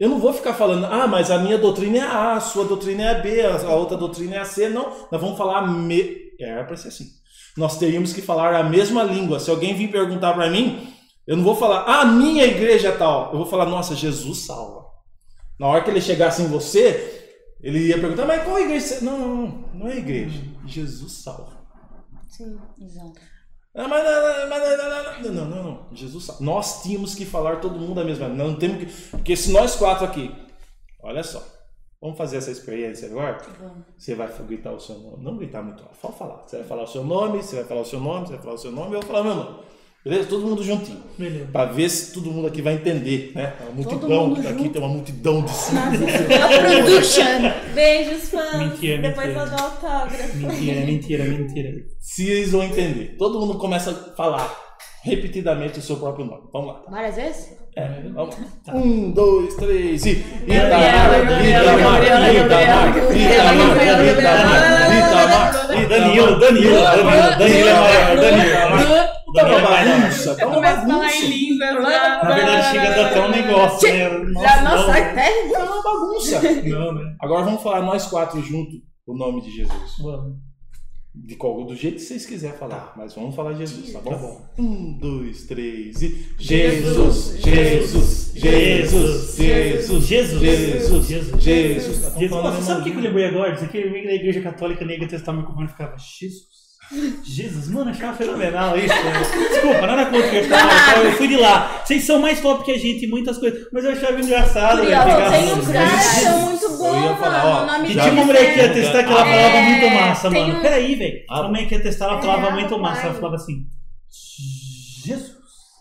Eu não vou ficar falando, ah, mas a minha doutrina é A, a sua doutrina é a B, a outra doutrina é a C. Não, nós vamos falar a me... Era para ser assim. Nós teríamos que falar a mesma língua. Se alguém vir perguntar para mim, eu não vou falar, ah, a minha igreja é tal. Eu vou falar, nossa, Jesus salva. Na hora que ele chegasse em você, ele ia perguntar, mas qual igreja você... Não, não, não, não é igreja. Jesus salva. Sim, exato. Ah, mas não, mas não, não, não, não, Jesus salva. Nós tínhamos que falar todo mundo a mesma língua. Não temos que... Porque se nós quatro aqui, olha só, vamos fazer essa experiência agora? Vamos. Você vai gritar o seu nome. Não gritar muito alto, só falar. Você vai falar o seu nome, você vai falar o seu nome, você vai falar o seu nome e eu vou falar o meu nome. Beleza? Todo mundo juntinho. Beleza. Pra ver se todo mundo aqui vai entender, né? É uma multidão mundo que tá aqui, junto. tem uma multidão de cinco. Production. Beijos, fãs. Mentira, Depois mentira. eu dou autógrafo. Mentira, mentira, mentira. Se eles vão entender. Todo mundo começa a falar repetidamente o seu próprio nome. Vamos lá. Várias vezes? É, vamos lá. Um, dois, três e... Gabriela, Itamar, Gabriela, Itamar, Gabriela, Itamar, Itamar, Itamar, Danilo, Danilo, Danilo, Danilo é maior, Danilo. Tá uma Danilo é maior. bagunça, tá uma Começa a falar em bagunça. línguas. Na verdade, chega a dar até um negócio, né? Já não não. sai terra. Tá uma bagunça. Não, né? Agora vamos falar nós quatro juntos o nome de Jesus. Vamos. De qual, do jeito que vocês quiserem falar, mas vamos falar Jesus, tá bom? Tá bom. Um, dois, três e... Jesus, Jesus, Jesus, Jesus, Jesus, Jesus, Jesus, Jesus. Jesus. Tá falando a Você mesma sabe o que eu língua. lembrei agora? Isso aqui eu lembrei da igreja católica negra testar o microfone e ficava Jesus. Jesus, mano, eu achava fenomenal isso. Né? Desculpa, nada contra que eu estava, eu fui de lá. Vocês são mais top que a gente em muitas coisas, mas eu achava engraçado. Curioso, né? tem Ficar- um Os caras Sim. são muito bons, Eu ia falar, ó, mano. O nome E Já tinha uma me mulher que ia disseram. testar que ela É, falava muito massa, tem mano. um- Peraí, velho. Ah, A mulher que ia testar, ela falava É, muito massa. Ela rapaz. falava assim: Jesus.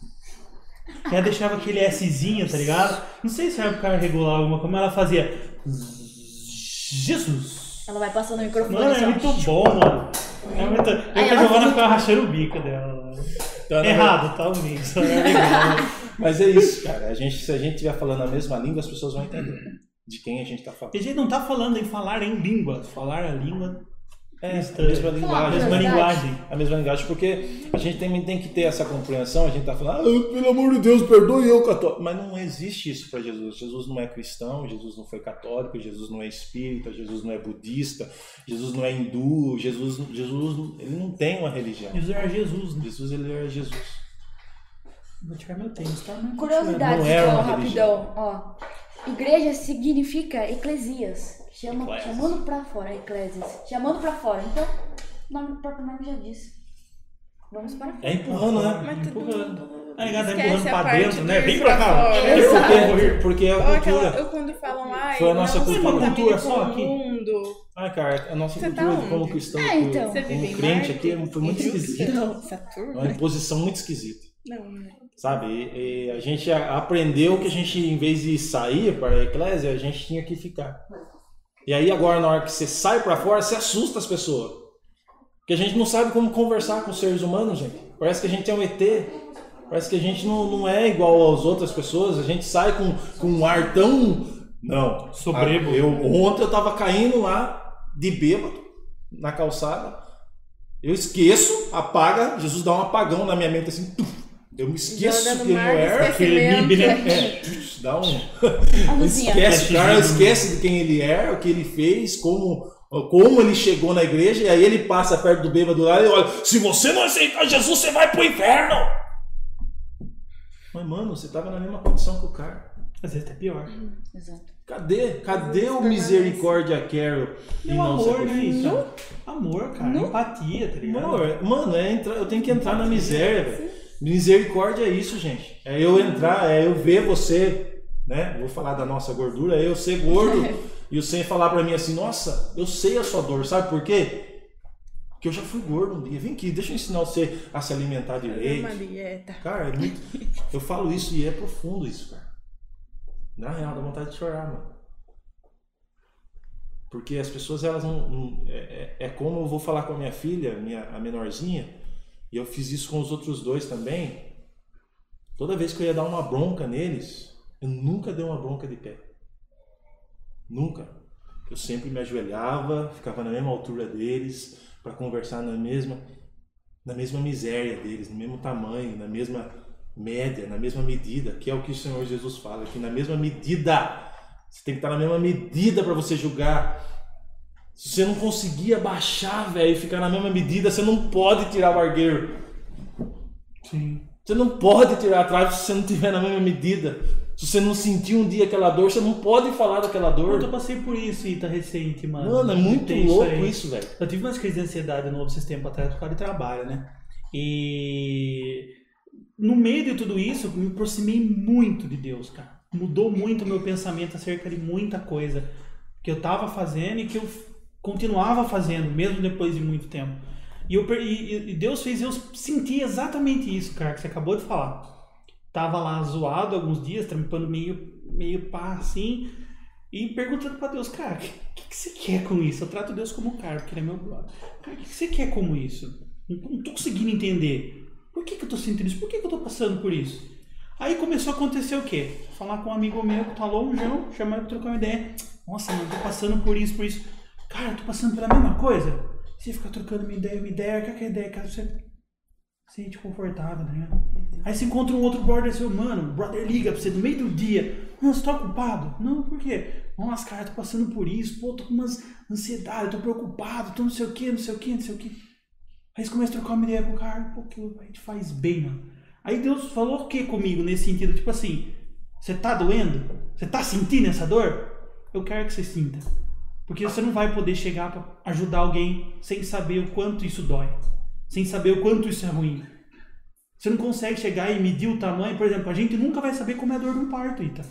E ela deixava aquele Szinho, tá ligado? Não sei se era pro cara regular alguma coisa, mas ela fazia Jesus. Ela vai passando o microfone. Mano, é só. muito bom, mano. É muito... Eu Aí que a ela Giovana fica- ficava rachando o bico dela. Então, na Errado, tá, amigo? Isso é legal. Mas é isso, cara. A gente, se a gente estiver falando a mesma língua, as pessoas vão entender de quem a gente tá falando. E a gente não tá falando em falar em língua. Falar a língua É, cristã. a mesma A linguagem. mesma Verdade. linguagem. A mesma linguagem, porque a gente tem, tem que ter essa compreensão. A gente tá falando, ah, pelo amor de Deus, perdoe eu, católico. Mas não existe isso para Jesus. Jesus não é cristão, Jesus não foi católico, Jesus não é espírita, Jesus não é budista, Jesus não é hindu, Jesus, Jesus ele não tem uma religião. Jesus era Jesus, né? Jesus, ele é Jesus. Vou tirar meu tênis, tá? Mas Curiosidade, Não é ó, uma rapidão. Ó. Igreja significa eclesias. Chama, Eclésias. chamando pra fora, eclésias. Chamando pra fora. Então, o nome, o próprio nome já disse. Vamos para fora. É empurrando, né? Mas tudo Empurrando. Tá ligado? Tá Esquece empurrando a pra parte dentro, do né? Vem ir pra pra cá. fora. É, Exato. Porque, porque é Ou a aquela, cultura. eu quando falam, ai, Foi a nossa não cultura. se contamine Cultura com só o aqui. mundo. Ai, cara, a nossa Você cultura tá de como onde? cristão, É, então. como Você vive em crente Marte? aqui, foi muito esquisito. Não, Saturno? É uma imposição muito esquisita. Não, não. Sabe, e, e a gente a- aprendeu que a gente, em vez de sair para a eclésia, a gente tinha que ficar. E aí agora, na hora que você sai para fora, você assusta as pessoas. Porque a gente não sabe como conversar com os seres humanos, gente. Parece que a gente é um E T. Parece que a gente não, não é igual às outras pessoas. A gente sai com, com um ar tão... Não. Sobrebo. Eu, ontem eu tava caindo lá, de bêbado, na calçada. Eu esqueço, apaga, Jesus dá um apagão na minha mente assim... Tuf, eu me esqueço Joga no quem eu mar, era. esquecimento. Aquele É, né? tuf, dá um... A luzinha. Esquece, o cara esquece de quem ele é, o que ele fez, como, como ele chegou na igreja, e aí ele passa perto do bêbado lá e olha, se você não aceitar Jesus, você vai pro inferno! Mas, mano, você tava na mesma condição que o cara. Às vezes até pior. Exato. Cadê? Cadê o misericórdia Carol? E o amor, né? Isso. Amor, cara. Empatia, tá ligado? Mano, mano, é entrar, eu tenho que entrar na miséria, velho. Misericórdia é isso, gente. É eu entrar, é eu ver você, né? Vou falar da nossa gordura, é eu ser gordo e você falar pra mim assim, nossa, eu sei a sua dor, sabe por quê? Porque eu já fui gordo um dia. Vem aqui, deixa eu ensinar você a se alimentar Fazer direito. uma dieta. Cara, é muito... eu falo isso e é profundo isso, cara. Na real, dá vontade de chorar, mano. Porque as pessoas, elas não... não é, é como eu vou falar com a minha filha, minha, a menorzinha, e eu fiz isso com os outros dois também. Toda vez que eu ia dar uma bronca neles, eu nunca dei uma bronca de pé. Nunca. Eu sempre me ajoelhava, ficava na mesma altura deles, para conversar na mesma, na mesma miséria deles, no mesmo tamanho, na mesma média, na mesma medida, que é o que o Senhor Jesus fala, que na mesma medida Você tem que estar na mesma medida para você julgar. Se você não conseguir abaixar, velho, e ficar na mesma medida, você não pode tirar o argueiro. Sim. Você não pode tirar atrás se você não estiver na mesma medida. Se você não sentir um dia aquela dor, você não pode falar daquela dor. Eu passei por isso, Ita, recente, mano. Mano, é muito Tem louco aí. isso, velho. Eu tive umas crises de ansiedade no outro sistema pra trás por causa de trabalho, né? E no meio de tudo isso, eu me aproximei muito de Deus, cara. Mudou muito o meu pensamento acerca de muita coisa que eu tava fazendo e que eu continuava fazendo, mesmo depois de muito tempo. E, eu, e, e Deus fez eu sentir exatamente isso, cara, que você acabou de falar. Tava lá zoado alguns dias, trampando meio, meio pá assim, e perguntando pra Deus, cara, o que, que, que você quer com isso? Eu trato Deus como cara, porque ele é meu brother. Cara, o que, que você quer com isso? Não, não tô conseguindo entender. Por que, que eu tô sentindo isso? Por que, que eu tô passando por isso? Aí começou a acontecer o quê? Falar com um amigo meu que tá longeão, chamar ele pra trocar uma ideia. Nossa, mano, tô passando por isso, por isso. Cara, eu tô passando pela mesma coisa. Você fica trocando uma ideia, uma ideia, qualquer ideia, cara, você se sente confortável, né? Aí você encontra um outro brother seu, mano, o brother liga pra você no meio do dia. Não, você tá ocupado? Não, por quê? Nossa, cara, eu tô passando por isso, pô, tô com umas ansiedade, tô preocupado, tô não sei o que, não sei o que, não sei o que. Aí você começa a trocar uma ideia com o cara, pô, que a gente faz bem, mano. Aí Deus falou o que comigo nesse sentido? Tipo assim, você tá doendo? Você tá sentindo essa dor? Eu quero que você sinta. Porque você não vai poder chegar pra ajudar alguém sem saber o quanto isso dói. Sem saber o quanto isso é ruim. Você não consegue chegar e medir o tamanho. Por exemplo, a gente nunca vai saber como é a dor de um parto, Ita.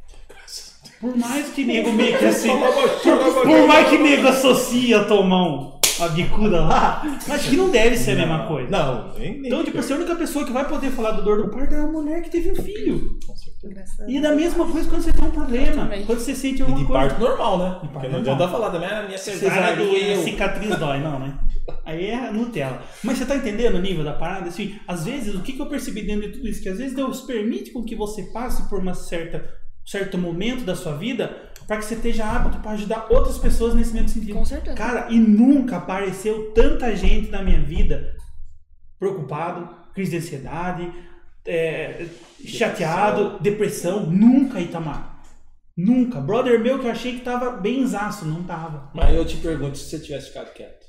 Por mais que nego meio que assim... por, por mais que nego associa tomar um, uma bicuda lá, acho que não deve ser a mesma coisa. Não, nem, nem Então, tipo assim, a única pessoa que vai poder falar da dor do parto é a mulher que teve um filho. Com certeza. Engraçado. E da mesma coisa quando você tem um problema. também. Quando você sente E alguma de coisa. parto normal, né? De parto Porque não normal. adianta falar também, a minha cesárea Cesárea, doeu. a cicatriz dói, não, né? Aí é Nutella. Mas você tá entendendo o nível da parada? Assim, às vezes, o que, que eu percebi dentro de tudo isso? Que às vezes Deus permite com que você passe por uma certa, certo momento da sua vida para que você esteja apto para ajudar outras pessoas nesse mesmo sentido. Com certeza. Cara, e nunca apareceu tanta gente na minha vida preocupado, crise de ansiedade, é, chateado, depressão. Nunca, Itamar. Nunca. Brother meu que eu achei que tava benzaço, não tava. Mas eu te pergunto, se você tivesse ficado quieto,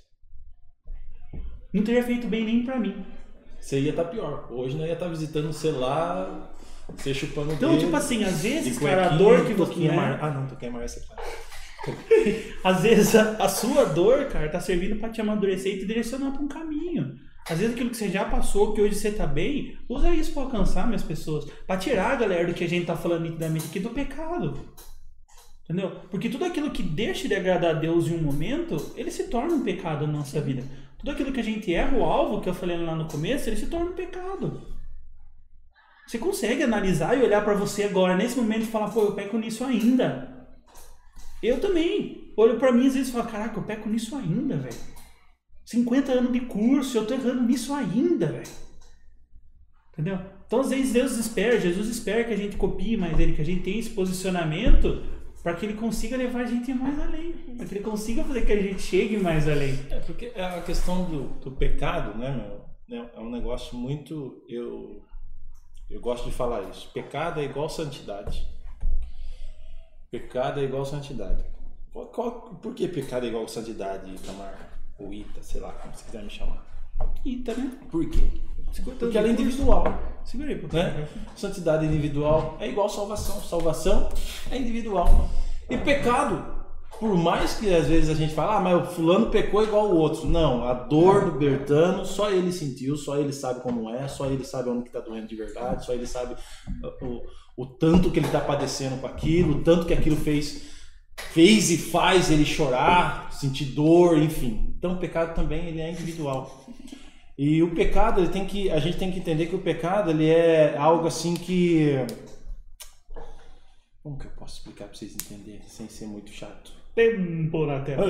Não teria feito bem nem pra mim. você ia estar pior. Hoje não ia estar visitando o celular, você chupando o Então, dedo, tipo assim, às vezes, de cara, a cuequinha, dor que você... toquinha né? mar- Ah, não, toquinha mais você faz. Às vezes a, a sua dor, cara, tá servindo pra te amadurecer e te direcionar pra um caminho. Às vezes aquilo que você já passou, que hoje você tá bem, usa isso pra alcançar minhas pessoas. Pra tirar a galera do que a gente tá falando nitidamente aqui do pecado. Entendeu? Porque tudo aquilo que deixa de agradar a Deus em um momento, ele se torna um pecado na nossa vida. Tudo aquilo que a gente erra o alvo, que eu falei lá no começo, ele se torna um pecado. Você consegue analisar e olhar pra você agora, nesse momento, e falar, pô, eu peco nisso ainda. Eu também. Olho pra mim às vezes e falo, caraca, eu peco nisso ainda, velho. cinquenta anos de curso, eu tô errando nisso ainda, velho. Entendeu? Então às vezes Deus espera, Jesus espera que a gente copie mais ele, que a gente tenha esse posicionamento para que ele consiga levar a gente mais além. Para que ele consiga fazer que a gente chegue mais além. É, porque a questão do, do pecado, né, meu, é um negócio muito... Eu, eu gosto de falar isso. Pecado é igual santidade. Pecado é igual santidade. Qual, qual, por que pecado é igual santidade, Itamar? Ou Ita, sei lá, como você quiser me chamar. Ita, né? Por quê? Porque ela é individual. Segura aí, pô. Né? Santidade individual é igual salvação. Salvação é individual. E pecado, por mais que às vezes a gente fala, ah, mas o fulano pecou igual o outro. Não, a dor do Bertano, só ele sentiu, só ele sabe como é, só ele sabe onde que tá doendo de verdade, só ele sabe o, o tanto que ele tá padecendo com aquilo, o tanto que aquilo fez, fez e faz ele chorar, sentir dor, enfim. Então o pecado também ele é individual. E o pecado, ele tem que, a gente tem que entender que o pecado ele é algo assim que... Como que eu posso explicar para vocês entenderem sem ser muito chato? Tempo na tela.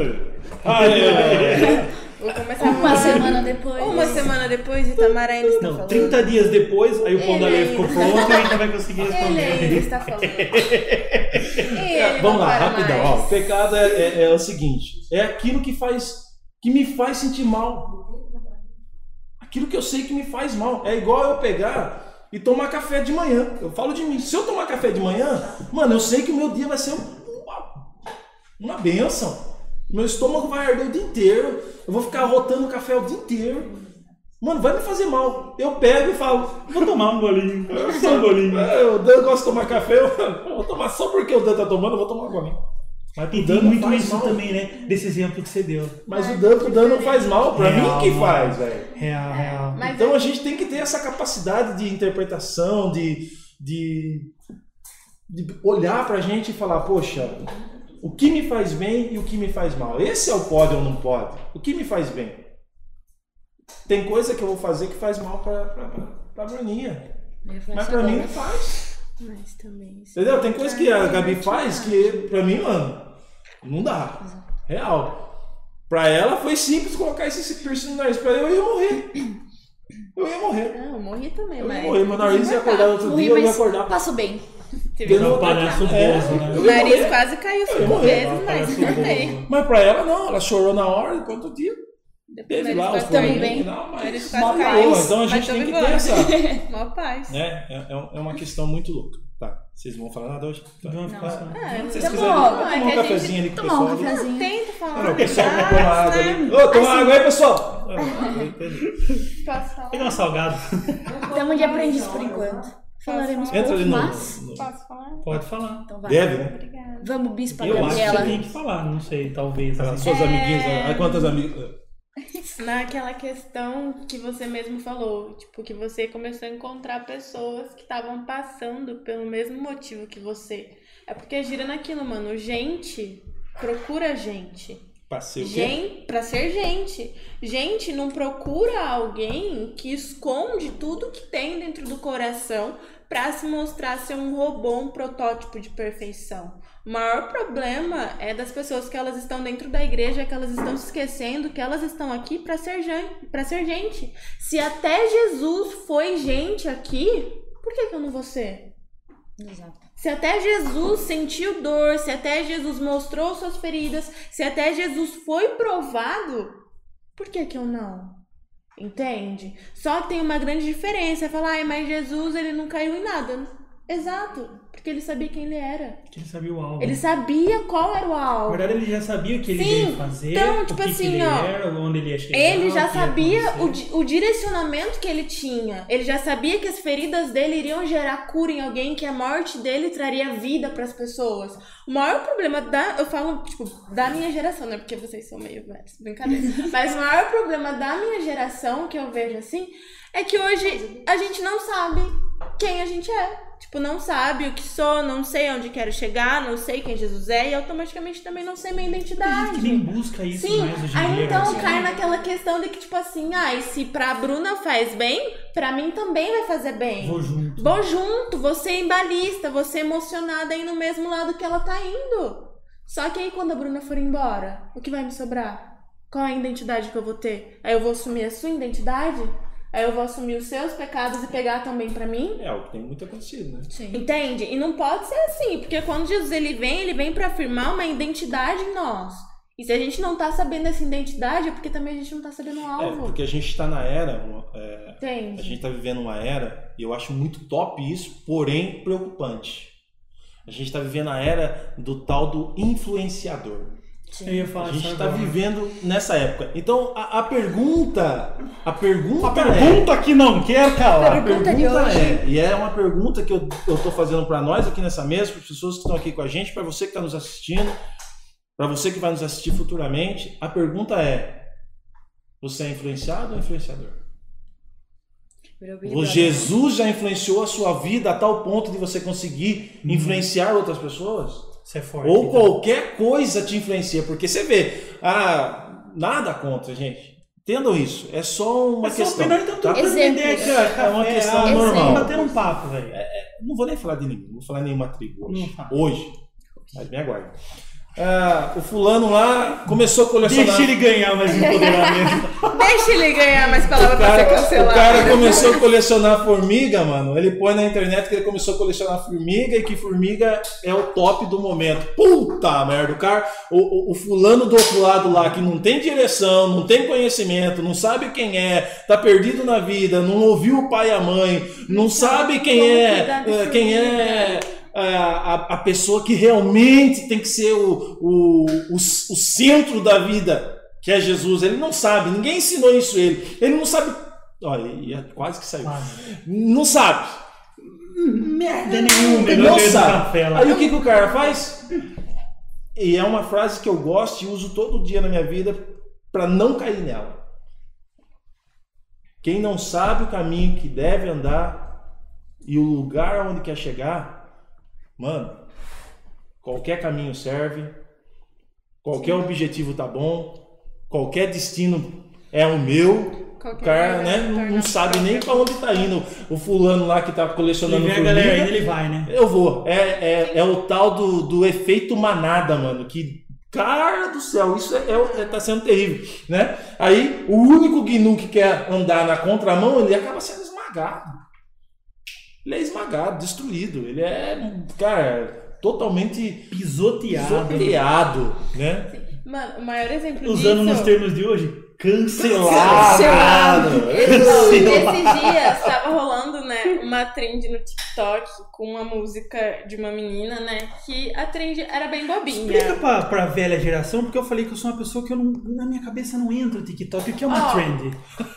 Vou começar Uma a semana depois. Uma semana depois, Itamar ainda está Não, falando. trinta dias depois, aí o pão da Ele lei ficou ainda- pronto e a gente vai conseguir Ele ainda responder. está falando. E ele Vamos não lá, para rapidão. mais. Ó, o pecado é, é- é o seguinte: é aquilo que faz, que me faz sentir mal. Aquilo que eu sei que me faz mal. É igual eu pegar e tomar café de manhã. Eu falo de mim. Se eu tomar café de manhã, mano, eu sei que o meu dia vai ser um uma bênção. Meu estômago vai arder o dia inteiro. Eu vou ficar rotando o café o dia inteiro. Mano, vai me fazer mal. Eu pego e falo, Vou tomar um golinho. Só um golinho. "É, o Dan gosta de tomar café, eu vou tomar só porque o Dan tá tomando, eu vou tomar um golinho. Mas E pro tem Dan não muito faz isso mal. também, né? Desse exemplo que você deu. Mas o Dan, pro Dan não faz mal, pra Real, mim que mano. faz, velho. Real, real. Mas Então a gente tem que ter essa capacidade de interpretação, de, de, de olhar pra gente e falar, poxa, o que me faz bem e o que me faz mal. Esse é o pode ou não pode. O que me faz bem? Tem coisa que eu vou fazer que faz mal pra, pra, pra Bruninha. Mas pra mim não faz. Mas também. isso- Entendeu? Tem coisa que a Gabi faz que pra mim, mano, não dá. Real. Pra ela foi simples colocar esse piercing no nariz. Pra eu, eu ia morrer. Eu ia morrer. Não, eu morri também, Eu ia mas. morrer. Meu nariz ia acordar no outro Morri, dia, eu ia mas acordar. passo bem. Teve Não, um- Parece o É, Bozo, né? eu O ia nariz morrer. quase caiu ia cinco morrer. vezes, mas Parece o também. Bozo. Mas pra ela não, ela chorou na hora, enquanto o dia Depois teve o lá nariz os quase Também probleminhas bem. e tal, mas Nariz uma quase boa. caiu. Então a Mas gente tô tem que ter vivendo. essa. Mó paz. Né? É, é um- é uma questão muito louca. Tá, vocês não vão falar nada hoje? Tá. Vamos ficar só. É, Se vocês Tá quiserem, bom, vamos é tomar que um a gente cafezinho ali com o Tomar um pessoal. ali. cafezinho. Tenta falar. Não, o pessoal mais, quer tomar água né? ali. Ô, toma água aí, pessoal! Ah, Posso falar? Pegar um salgado. Estamos de aprendiz por enquanto. Falaremos Entra pouco, ali no. mas... no- Posso falar? Pode falar. Então vai. Deve, né? Obrigada. Vamos, Bispa Eu acho que Gabriela. você tem que falar, não sei, talvez. As assim. suas amiguinhas. Ai, quantas amigas. Naquela questão que você mesmo falou, tipo, que você começou a encontrar pessoas que estavam passando pelo mesmo motivo que você. É porque gira naquilo, mano. Gente procura gente. Passei o quê? Gente, pra ser gente. Gente não procura alguém que esconde tudo que tem dentro do coração pra se mostrar ser um robô, um protótipo de perfeição. O maior problema é das pessoas que elas estão dentro da igreja, que elas estão se esquecendo que elas estão aqui pra ser, gen- pra ser gente. Se até Jesus foi gente aqui, por que que eu não vou ser? Exato. Se até Jesus sentiu dor, se até Jesus mostrou suas feridas, se até Jesus foi provado, por que que eu não? Entende? Só tem uma grande diferença. É falar, ai, mas Jesus, ele não caiu em nada. Exato, porque ele sabia quem ele era. Que ele sabia o alvo. Ele sabia qual era o Na alvo. verdade, ele já sabia o que ele Sim, ia fazer, então, o tipo que, que assim, ele ó, era, onde ele ia chegar. Ele já o que ia sabia o, acontecer. di- o direcionamento que ele tinha. Ele já sabia que as feridas dele iriam gerar cura em alguém, que a morte dele traria vida para as pessoas. O maior problema da, eu falo, tipo, da minha geração, né? Porque vocês são meio velhos, brincadeira. Mas o maior problema da minha geração, que eu vejo assim, é que hoje a gente não sabe quem a gente é. Tipo, não sabe o que sou, não sei onde quero chegar, não sei quem Jesus é e automaticamente também não sei minha Tem gente identidade. que nem busca isso Sim, mais hoje em aí dia. então assim. cai naquela questão de que, tipo assim, ah, e se pra Bruna faz bem, pra mim também vai fazer bem. Vou junto. Vou junto, vou ser embalista, vou ser emocionada aí no mesmo lado que ela tá indo. Só que aí quando a Bruna for embora, o que vai me sobrar? Qual é a identidade que eu vou ter? Aí eu vou assumir a sua identidade? Aí eu vou assumir os seus pecados e pegar também pra mim? É, o que tem muito acontecido, né? Sim. Entende? E não pode ser assim, porque quando Jesus ele vem, ele vem pra afirmar uma identidade em nós. E se a gente não tá sabendo essa identidade, é porque também a gente não tá sabendo o É, alvo. porque a gente tá na era, uma- é, a Entende? gente tá vivendo uma era, e eu acho muito top isso, porém preocupante. A gente tá vivendo a era do tal do influenciador. Eu ia falar A gente isso tá agora. vivendo nessa época. Então, a, a pergunta, a pergunta, A pergunta que não quer calar. é, a pergunta de pergunta hoje. é, e é uma pergunta que eu, eu tô fazendo para nós aqui nessa mesa, para as pessoas que estão aqui com a gente, para você que está nos assistindo, para você que vai nos assistir futuramente, a pergunta é: você é influenciado ou influenciador? O Jesus já influenciou a sua vida a tal ponto de você conseguir influenciar outras pessoas? Isso é forte. Ou então. qualquer coisa te influencia, porque você vê, ah, nada contra, gente. Entendam isso, é só uma É só questão. opinião, então, tá? tudo Exemplo. entender aqui, ó, É uma café, questão água, normal. Bater um papo, velho. Não vou nem falar de ninguém, não vou falar em nenhuma tribo hoje. Não fala. Hoje, mas me aguarde. Ah, o fulano lá começou a colecionar. Deixa ele ganhar mais empoderamento. Deixa ele ganhar mais O palavras pra ser cara, o cancelado. cara começou a colecionar formiga, mano. Ele põe na internet que ele começou a colecionar formiga e que formiga é o top do momento. Puta merda, o cara, o, o, o fulano do outro lado lá que não tem direção, não tem conhecimento, não sabe quem é, tá perdido na vida, não ouviu o pai e a mãe, não sabe quem como é, cuidar de eh, quem é, a, a, a pessoa que realmente tem que ser o, o, o, o centro da vida, que é Jesus. Ele não sabe, ninguém ensinou isso a ele. Ele não sabe. Olha, quase que saiu. Quase. Não sabe. Merda nenhuma. Ele igual não aquele do sabe. café lá. Aí o que, que o cara faz? E é uma frase que eu gosto e uso todo dia na minha vida para não cair nela. Quem não sabe o caminho que deve andar e o lugar onde quer chegar, mano, qualquer caminho serve, qualquer objetivo tá bom, qualquer destino é o meu. O Qualquer cara, lugar né, se não, torna não sabe nem pra onde tá indo. O fulano lá que tá colecionando E vem a galera formiga, ainda, ele vai, né? eu vou. É, é, é o tal do, do efeito manada, mano. Que, cara do céu, isso é, é, é- tá sendo terrível, né? Aí, o único gnu que quer andar na contramão, ele acaba sendo esmagado. Ele é esmagado, destruído. Ele é, cara, totalmente Pisoteado. pisoteado, né? Mano, o maior exemplo Usando disso... nos termos de hoje, cancelado. Cancelado. Então, Cancelado. esses dias tava rolando, né, uma trend no TikTok com uma música de uma menina, né, que a trend era bem bobinha. Explica pra, pra velha geração, porque eu falei que eu sou uma pessoa que eu não, na minha cabeça não entra o TikTok. O que é uma Ó. trend?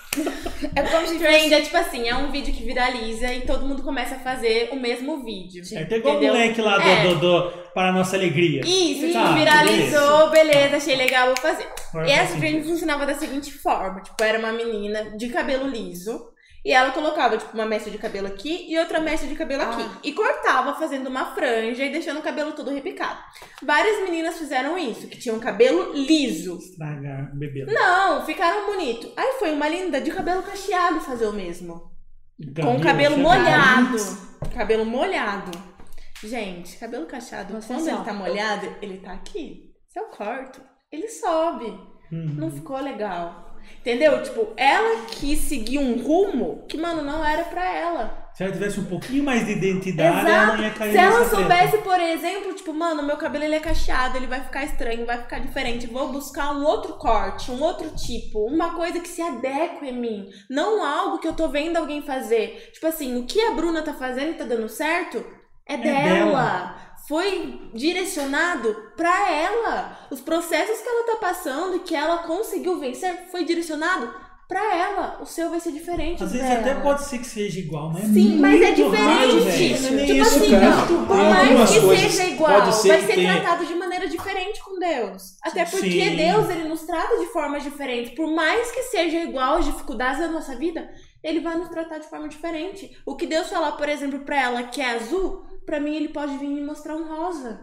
É como se Trend é tipo assim, é um vídeo que viraliza e todo mundo começa a fazer o mesmo vídeo. Certo? É igual o entendeu? moleque lá do, É. do, do Para a Nossa Alegria. Isso, tipo, Tá, viralizou, beleza, achei legal, vou fazer. Agora E faz essa sentido. trend funcionava da seguinte forma, tipo, era uma menina de cabelo liso e ela colocava, tipo, uma mecha de cabelo aqui e outra mecha de cabelo aqui. Ah. E cortava fazendo uma franja e deixando o cabelo todo repicado. Várias meninas fizeram isso, que tinham cabelo liso. Estragar, bebê. Não, ficaram bonito. Aí foi uma linda de cabelo cacheado fazer o mesmo. Com o cabelo Gabriel, molhado. Cabelo molhado. Gente, cabelo cacheado, Nossa, quando assim, ele ó. tá molhado, ele tá aqui. Se eu corto, ele sobe. Uhum. Não ficou legal. Entendeu? Tipo, ela quis seguir um rumo que, mano, não era pra ela. Se ela tivesse um pouquinho mais de identidade, ela não ia cair Se ela nessa treta. soubesse, por exemplo, tipo, mano, meu cabelo ele é cacheado, ele vai ficar estranho, vai ficar diferente. Vou buscar um outro corte, um outro tipo, uma coisa que se adeque a mim. Não algo que eu tô vendo alguém fazer. Tipo assim, o que a Bruna tá fazendo e tá dando certo é, dela. dela. Foi direcionado pra ela. Os processos que ela tá passando e que ela conseguiu vencer foi direcionado pra ela. O seu vai ser diferente Às do vezes dela. até pode ser que seja igual, mas é Sim, mas é muito raro, diferente. velho. Não é nem Tipo isso, assim, cara. não, por Tem mais algumas que coisas, seja igual, pode ser vai que ser tenha- tratado de maneira diferente com Deus. Até porque Sim. Deus, ele nos trata de formas diferentes. Por mais que seja igual as dificuldades da nossa vida, ele vai nos tratar de forma diferente. O que Deus falar, por exemplo, pra ela que é azul, pra mim ele pode vir me mostrar um rosa.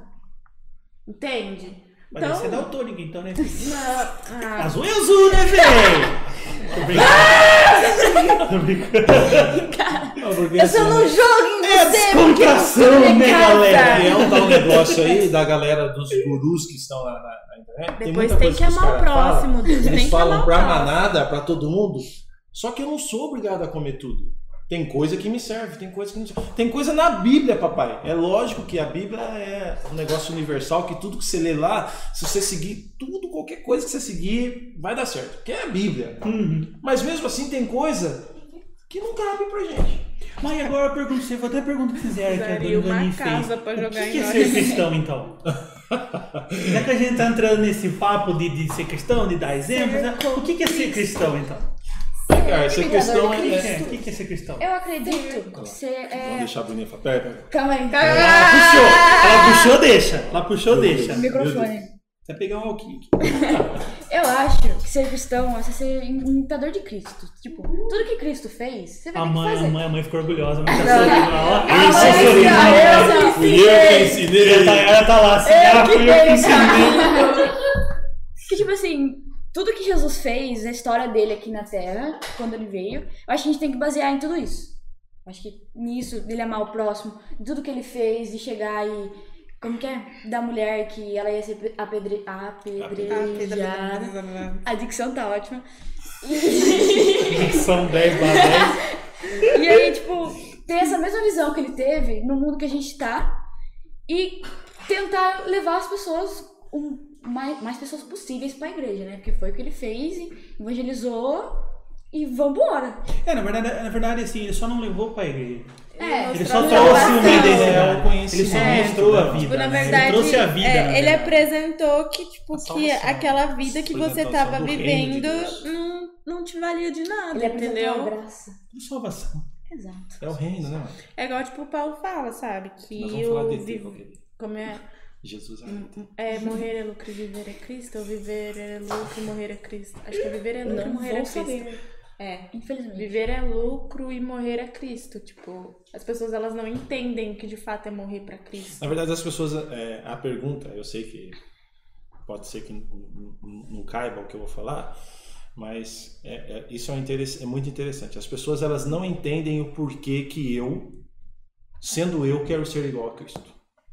Entende? Mas Então- você é daltônico, então, né? Não, ah, Azul é azul, né, velho? Tô brincando. Tô brincando. Não, porque, Eu só assim, não jogo em É você, descontração, porque eu né, casa. galera? é um tal negócio aí da galera dos gurus que estão lá na, na internet. Tem depois muita tem coisa que os amar o caras falam. próximo, Deus. Eles Tem que falam amar o pra próximo. manada, pra todo mundo. Só que eu não sou obrigado a comer tudo. Tem coisa que me serve, tem coisa que não serve. Tem coisa na Bíblia, papai. É lógico que a Bíblia é um negócio universal, que tudo que você lê lá, se você seguir tudo, qualquer coisa que você seguir, vai dar certo. Porque é a Bíblia. Uhum. Mas mesmo assim tem coisa que não cabe pra gente. Mas agora eu pergunto você, vou até perguntar que fizeram que a Daria Dona uma Vani fez. casa pra O jogar que, em que é nós. ser cristão, então? Já que a gente tá entrando nesse papo de, de ser cristão, de dar exemplos, né? O que, que é ser cristão, então? Cara, essa imitador questão de é. O que, Cristo. é? O que, que é ser cristão? Eu acredito que você Vamos é... deixar a Bruninha falar. Pera, pera. Calma aí. Ela puxou, ela puxou, deixa. Ela puxou, deixa. Microfone. Vai pegar um alquinho. Eu acho que ser cristão é você ser imitador de Cristo. Tipo, tudo que Cristo fez, você vai A ter que mãe, a fazer. mãe, a mãe ficou orgulhosa. A mãe tá Não. sorrindo lá, ó. A Isso, mãe sorrindo. tá- eu Fui eu que ensinei. Ela ela tá lá assim, ah, fui eu que ensinei. Que tipo assim, tudo que Jesus fez, a história dele aqui na Terra, quando ele veio, eu acho que a gente tem que basear em tudo isso. Eu acho que nisso, dele amar o próximo, tudo que ele fez, de chegar e... Como que é? Da mulher que ela ia ser apedre... apedrejada. A dicção tá ótima. E... São dez barra dez. E aí, tipo, ter essa mesma visão que ele teve no mundo que a gente tá e tentar levar as pessoas, o mais, mais pessoas possíveis pra igreja, né? Porque foi o que ele fez, evangelizou e vambora. É, na verdade, na verdade, assim, ele só não levou pra igreja. É, Ele mostrou só a trouxe o revelação. obedecimento. Ele só É, mostrou a vida. Tipo, na né? verdade, ele trouxe a vida. é, na ele verdade. apresentou que, tipo, A que salvação. aquela vida que você Apresentação tava do reino de vivendo Deus. não, não te valia de nada, Ele apresentou a entendeu? graça. Salvação. Exato. É o reino, né? É igual, tipo, o Paulo fala, sabe? Que Nós vamos falar o de vi- Deus, querido. como é, Jesus é a vida. é morrer é lucro e viver é Cristo, ou viver é lucro e morrer é Cristo. Acho que é viver é lucro e Não morrer é vou Cristo. saber. É. Infelizmente. Viver é lucro e morrer é Cristo. Tipo, as pessoas elas não entendem que de fato é morrer pra Cristo. Na verdade, as pessoas. É, a pergunta, eu sei que pode ser que não, não, não caiba o que eu vou falar, mas é, é, isso é, um interesse, é muito interessante. As pessoas elas não entendem o porquê que eu, sendo eu, quero ser igual a Cristo.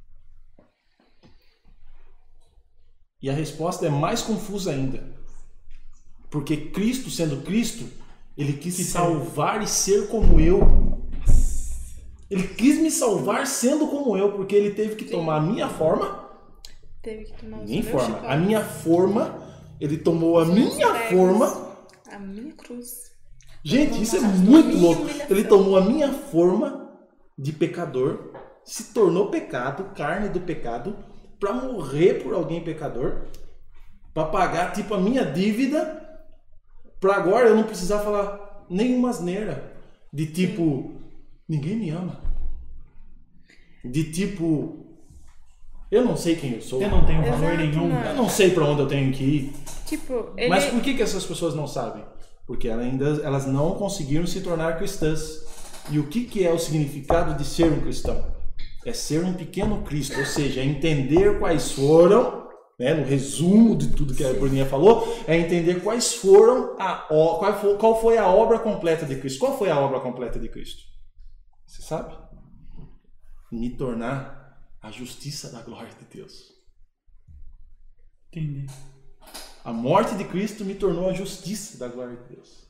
E a resposta é mais confusa ainda. Porque Cristo, sendo Cristo, ele quis se salvar e ser como eu. Ele quis me salvar sendo como eu, porque ele teve que tomar a minha forma. Teve que tomar o Minha meu forma. chicote. A minha forma. Ele tomou a minha pregos. forma. A minha cruz. Gente, isso é Nossa, muito minha louco. humilhação. Ele tomou a minha forma de pecador, se tornou pecado, carne do pecado, para morrer por alguém pecador, para pagar tipo a minha dívida, para agora eu não precisar falar nenhuma asneira de tipo ninguém me ama, de tipo eu não sei quem eu sou, Eu não tenho valor Exato, nenhum. mano. eu não sei para onde eu tenho que ir. Tipo, ele... Mas por que, que essas pessoas não sabem? Porque elas ainda elas não conseguiram se tornar cristãs. E o que, que é o significado de ser um cristão? É ser um pequeno Cristo, ou seja, é entender quais foram, né, no resumo de tudo que a Bruninha falou, é entender quais foram a, o- qual, foi, qual foi a obra completa de Cristo. Qual foi a obra completa de Cristo? Você sabe? Me tornar a justiça da glória de Deus. Entendi. A morte de Cristo me tornou a justiça da glória de Deus.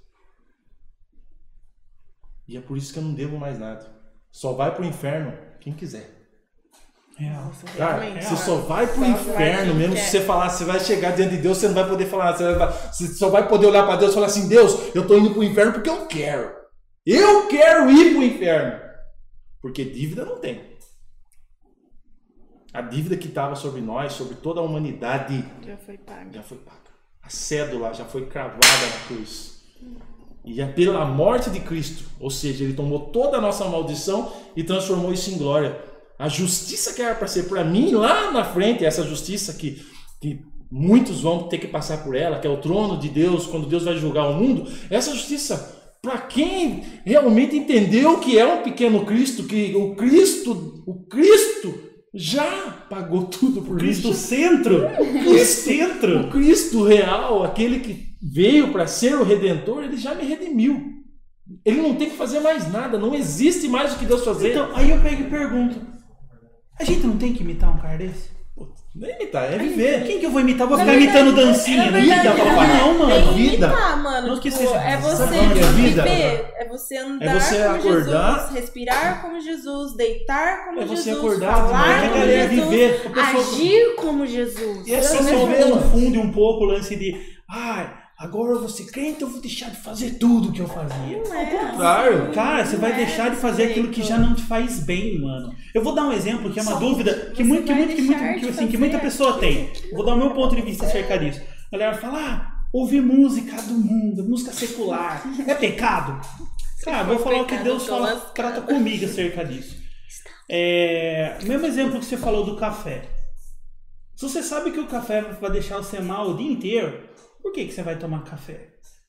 E é por isso que eu não devo mais nada. Só vai pro inferno quem quiser. Real. Cara, Realmente, você cara. só vai pro Só vai inferno quem mesmo quer. se você falar, você vai chegar diante de Deus, você não vai poder falar, você, vai, você só vai poder olhar para Deus e falar assim, Deus, eu tô indo pro inferno porque eu quero. Eu quero ir pro inferno. Porque dívida não tem. A dívida que estava sobre nós, sobre toda a humanidade, Já foi pago. já foi paga. A cédula já foi cravada na cruz. E é pela morte de Cristo, ou seja, ele tomou toda a nossa maldição e transformou isso em glória. A justiça que era para ser para mim lá na frente, essa justiça que, que muitos vão ter que passar por ela, que é o trono de Deus, quando Deus vai julgar o mundo, essa justiça, para quem realmente entendeu que é um pequeno Cristo, que o Cristo, o Cristo já pagou tudo por Cristo isso. centro. O centro. O Cristo real, aquele que veio para ser o Redentor, ele já me redimiu. Ele não tem que fazer mais nada, não existe mais o que Deus fazer. Então, aí eu pego e pergunto: a gente não tem que imitar um cara desse? Nem imitar, é viver. Quem que eu vou imitar? Vou Na ficar verdade, imitando dancinha, na né? verdade, Ida, na papai. verdade, Não, é mano. vida. Imitar, mano. Não que Tipo, seja- é você Sabe o que é vida? viver, é você andar É você como acordar. Jesus, respirar como Jesus, deitar como É você Jesus, acordar, falar de manhã, como galera, Jesus, viver. O pessoal- agir como Jesus. E é Essa só pessoa viver, mano. confunde um pouco o lance de, ah, agora eu vou ser crente, eu vou deixar de fazer tudo o que eu fazia. Não é Claro. assim, Cara, você não vai é deixar de desse fazer aquilo jeito. que já não te faz bem, mano. Eu vou dar um exemplo que é uma Só dúvida que você muito, que vai muito, que muito, deixar que, de assim, que fazer muita pessoa tem. aquilo Vou dar o meu ponto de vista acerca disso. A galera fala, ah, ouvir música do mundo, música secular, é pecado? Cara, vou for falar o que pecado, Deus eu tô fala, lascada. trata comigo acerca disso. É, o mesmo exemplo que você falou do café. Se você sabe que o café vai deixar você mal o dia inteiro, por que, que você vai tomar café?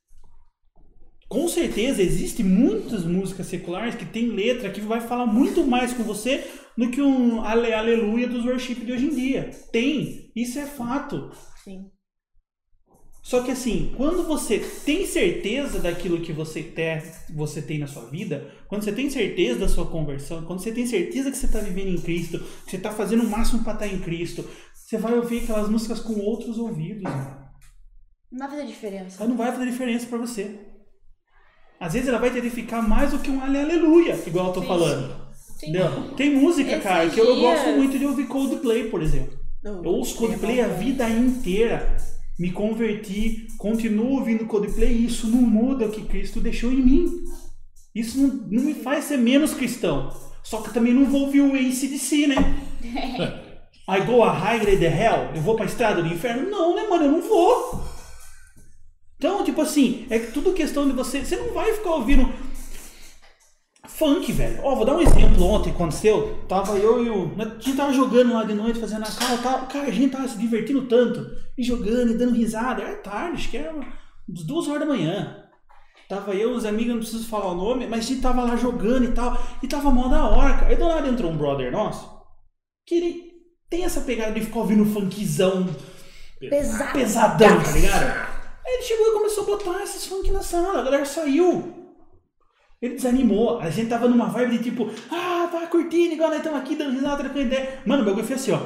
Com certeza existem muitas músicas seculares que tem letra que vai falar muito mais com você do que um ale, aleluia dos worship de hoje em dia. Tem, isso é fato. Sim. Só que assim, quando você tem certeza daquilo que você tem, você tem na sua vida, quando você tem certeza da sua conversão, quando você tem certeza que você está vivendo em Cristo, que você está fazendo o máximo para estar em Cristo, você vai ouvir aquelas músicas com outros ouvidos. Mano. Não vai fazer diferença. Ela não vai fazer diferença para você. Às vezes ela vai te edificar mais do que um ale, aleluia, igual eu tô Sim. falando. Sim. Entendeu? Tem música, Esses cara, que eu, eu dias- gosto muito de ouvir Coldplay, por exemplo. Não, Eu ouço Coldplay é a bom. vida inteira. me converti, continuo ouvindo Coldplay e isso não muda o que Cristo deixou em mim. Isso não, não me faz ser menos cristão. Só que também não vou ouvir o A C D C, né? I go a highway the hell? Eu vou pra estrada do inferno? Não, né, mano? Eu não vou. Então, tipo assim, é tudo questão de você... Você não vai ficar ouvindo funk, velho. Ó, vou dar um exemplo. Ontem aconteceu, tava eu e o... A gente tava jogando lá de noite, fazendo a cara, tava, cara, a gente tava se divertindo tanto. E jogando, e dando risada. Era tarde, acho que era umas duas horas da manhã. Tava eu e os amigos, não preciso falar o nome, mas a gente tava lá jogando e tal. E tava mó da hora, cara. Aí do lado entrou um brother nosso, que ele tem essa pegada de ficar ouvindo funkzão Pesado. pesadão, tá ligado? Aí ele chegou e começou a botar esses funk na sala, a galera saiu. Ele desanimou, a gente tava numa vibe de tipo, ah, tá curtindo, igual nós estamos aqui dando risada, trocando ideia. Mano, o bagulho foi assim, ó.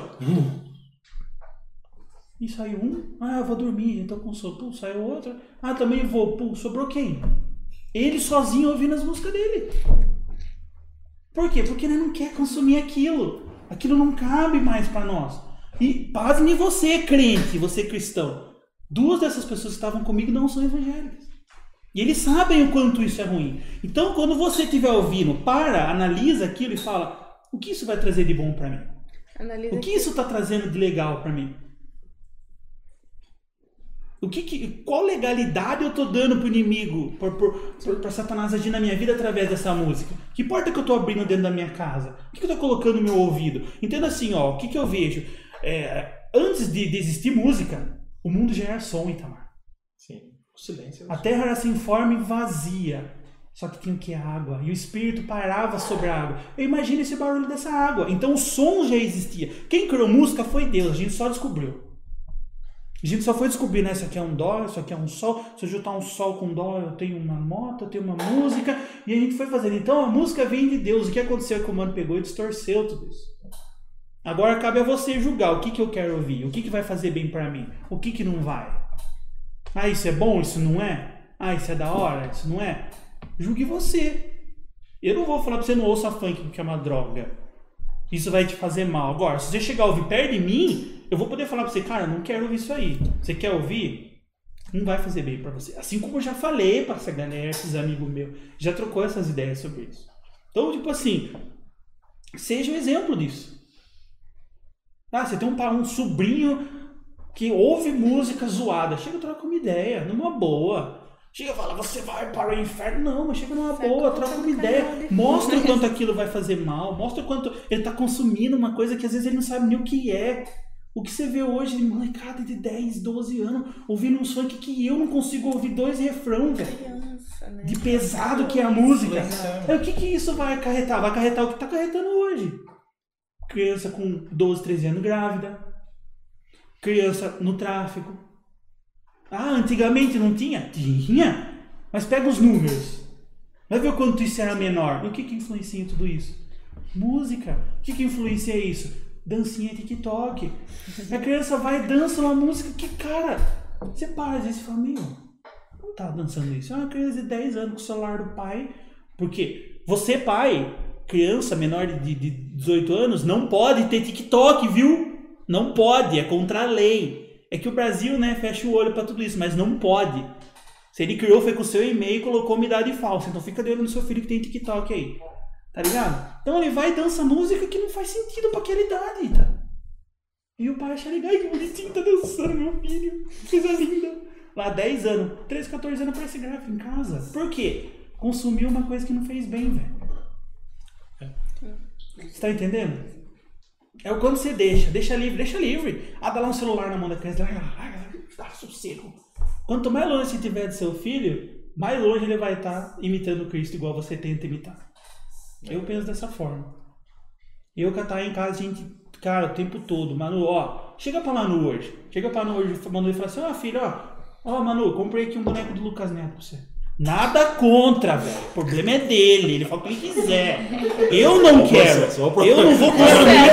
E saiu um, ah, eu vou dormir, então com sono. Pum, saiu outro, ah, também vou, pum, sobrou quem? Ele sozinho ouvindo as músicas dele. Por quê? Porque ele não quer consumir aquilo. Aquilo não cabe mais pra nós. E pasme você, crente, você cristão. Duas dessas pessoas que estavam comigo não são evangélicas. E eles sabem o quanto isso é ruim. Então, quando você estiver ouvindo, para, analisa aquilo e fala, o que isso vai trazer de bom pra mim? Analisa O que aqui. isso está trazendo de legal para mim? O que, que, qual legalidade eu estou dando pro inimigo, para Satanás agir na minha vida através dessa música? Que porta que eu estou abrindo dentro da minha casa? O que, que eu estou colocando no meu ouvido? Entenda assim, ó, o que, que eu vejo? É, antes de, de existir música, o mundo já era som, Itamar. Sim. O silêncio. A terra era sem forma e vazia. Só que tinha o que? Água. E o Espírito parava sobre a água. Eu imagino esse barulho dessa água. Então o som já existia. Quem criou música foi Deus. A gente só descobriu. A gente só foi descobrir, né? Isso aqui é um dó, isso aqui é um sol. Se eu juntar um sol com dó, eu tenho uma nota, eu tenho uma música. E a gente foi fazendo. Então a música vem de Deus. O que aconteceu é que o mano pegou e distorceu tudo isso. Agora cabe a você julgar o que, que eu quero ouvir. O que, que vai fazer bem pra mim. O que, que não vai. Ah, isso é bom? Isso não é? Ah, isso é da hora? Isso não é? Julgue você. Eu não vou falar pra você não ouça funk porque é uma droga. Isso vai te fazer mal. Agora, se você chegar a ouvir perto de mim, eu vou poder falar pra você, cara, eu não quero ouvir isso aí. Você quer ouvir? Não vai fazer bem pra você. Assim como eu já falei pra essa galera, esses amigos meus, já trocou essas ideias sobre isso. Então, tipo assim, seja um exemplo disso. Ah, você tem um, um sobrinho que ouve música zoada. Chega e troca uma ideia, numa boa. Chega e fala, você vai para o inferno. Não, mas chega numa boa, troca uma ideia. Mostra o quanto aquilo vai fazer mal. Mostra o quanto ele está consumindo uma coisa que às vezes ele não sabe nem o que é. O que você vê hoje de molecada de dez, doze anos ouvindo uns funk que eu não consigo ouvir dois refrão, velho. Criança, né? De pesado que é a música. É, o que, que isso vai acarretar? Vai acarretar o que está acarretando hoje. Criança com doze, treze anos grávida. Criança no tráfico. Ah, antigamente não tinha? Tinha. Mas pega os números. Vai ver o quanto isso era menor. E o que, que influencia em tudo isso? Música. O que, que influencia isso? Dancinha TikTok. A criança vai e dança uma música que, cara, você para às vezes e fala, meu, não tá dançando isso. É uma criança de dez anos com o celular do pai. Porque você, pai, criança menor de, de dezoito anos, não pode ter TikTok, viu? Não pode, é contra a lei. É que o Brasil, né, fecha o olho pra tudo isso, mas não pode. Se ele criou, foi com o seu e-mail e colocou uma idade falsa. Então fica de olho no seu filho que tem TikTok aí. Tá ligado? Então ele vai e dança música que não faz sentido pra aquela idade, tá? E o pai acha legal, ai que bonitinho, tá dançando, meu filho. Que coisa linda. Lá dez anos, treze, catorze anos aparece gráfico em casa. Por quê? Consumiu uma coisa que não fez bem, velho. Você tá entendendo? É o quando você deixa, deixa livre, deixa livre. Ah, dá lá um celular na mão da criança, dá sossego. Quanto mais longe você tiver do seu filho, mais longe ele vai estar imitando Cristo igual você tenta imitar. Eu penso dessa forma. Eu que tá em casa, a gente, cara, o tempo todo, Manu, ó, chega pra Manu hoje. Chega pra Manu hoje, Manu e fala assim, ó, filho, ó, ó, Manu, comprei aqui um boneco do Lucas Neto pra você. Nada contra, velho. O problema é dele. Ele fala o que ele quiser. Eu não quero. Eu não vou consumir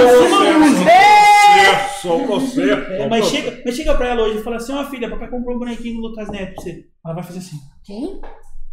Só você. é, mas, chega, mas chega pra ela hoje e fala assim, ó, filha, papai comprou um bonequinho do Lucas Neto pra você. Ela vai fazer assim. Quem?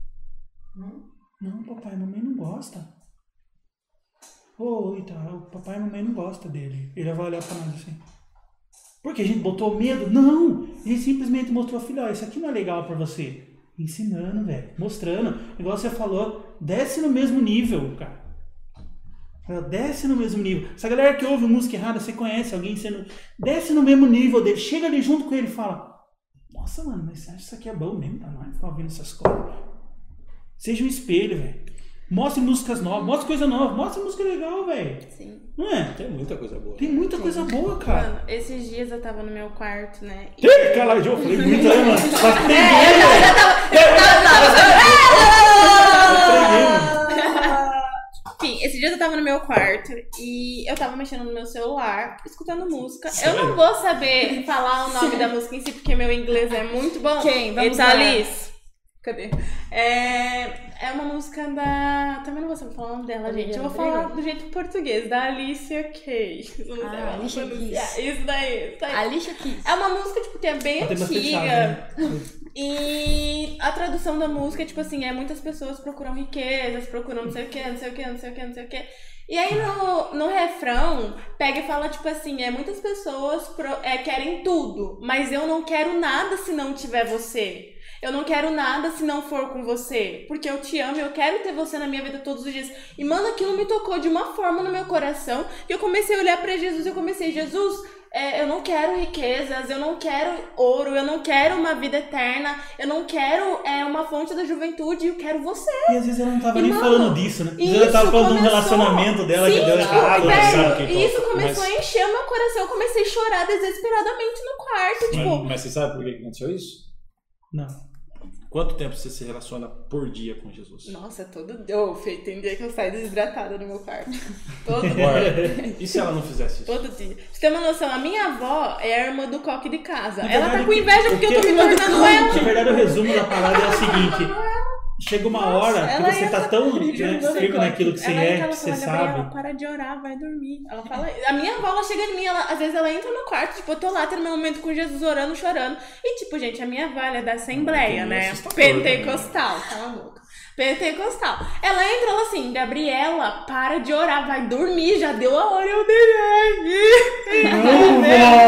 Não, papai, mamãe não gosta. Ô, Ita, o papai e mamãe não gosta dele. Ele vai olhar pra nós assim. Porque a gente botou medo? Não! A gente simplesmente mostrou, filho, ó, isso aqui não é legal pra você. Ensinando, velho. Mostrando. Igual você falou, desce no mesmo nível, cara. Desce no mesmo nível. Essa galera que ouve música errada, você conhece alguém sendo... Desce no mesmo nível dele. Chega ali junto com ele e fala, nossa, mano, mas você acha que isso aqui é bom mesmo pra nós ficar ouvindo essas coisas? Seja um espelho, velho. Mostre músicas novas, mostre coisa nova, mostre música legal, velho. Sim. Não é? Tem muita coisa boa. Tem muita coisa boa, cara. Mano, esses dias eu tava no meu quarto, né? E... Ih, caralho, eu falei muito, né, mano? Só que tem Enfim, esses dias eu tava no meu quarto e eu tava mexendo no meu celular, escutando música. Sério? Eu não vou saber falar o nome da música em si, porque meu inglês é muito bom. Quem? Vamos It's lá. Alice. Cadê? É, é uma música da... Também não vou saber falar o nome dela, gente. Eu vou falar do jeito português, da Alicia Keys. Não sei Ah, como Alicia pronunciar. Keys. Isso daí, isso daí. Alicia Keys. É uma música, tipo, que é bem Tem bastante antiga. chave, né? E a tradução da música, tipo assim, é muitas pessoas procuram riquezas, procuram não sei o que, não sei o que, não sei o que, não sei o que. E aí no, no refrão, pega e fala, tipo assim, é muitas pessoas pro, é, querem tudo, mas eu não quero nada se não tiver você. Eu não quero nada se não for com você. Porque eu te amo e eu quero ter você na minha vida todos os dias. E, mano, aquilo me tocou de uma forma no meu coração que eu comecei a olhar pra Jesus e eu comecei, Jesus, é, eu não quero riquezas, eu não quero ouro, eu não quero uma vida eterna, eu não quero é, uma fonte da juventude, eu quero você. E às vezes ela não tava E, nem mano, falando disso, né? Às vezes ela isso tava falando de um começou- relacionamento dela que Sim, deu tipo, errado. velho, sabe? sabe que- E isso começou mas- a encher o meu coração, eu comecei a chorar desesperadamente no quarto, tipo... Mas, mas você sabe por que que aconteceu isso? Não. Quanto tempo você se relaciona por dia com Jesus? Nossa, todo dia. Ô, Fê, tem dia que eu saio desidratada no meu quarto. Todo dia. Agora, e se ela não fizesse isso? Todo dia. Pra você ter uma noção, a minha avó é a irmã do coque de casa. Na Ela verdade, tá com o que- inveja o porque que- eu tô me tornando ela. Na verdade, o resumo da parada é o seguinte. Chega uma hora que ela você entra tá tão comigo, né, não sei firme qual. naquilo que você Ela é, entra, que ela você fala, Gabriela, sabe. para de orar, vai dormir. Ela fala, a minha avó, ela chega em mim, ela, às vezes ela entra no quarto, tipo, eu tô lá tendo meu momento com Jesus, orando, chorando. E tipo, gente, a minha avó, ela é da Assembleia, Tem né? assustador Pentecostal, cala a boca. Pentecostal. Ela entra, ela assim, Gabriela, para de orar, vai dormir, já deu a hora, eu dei. Não,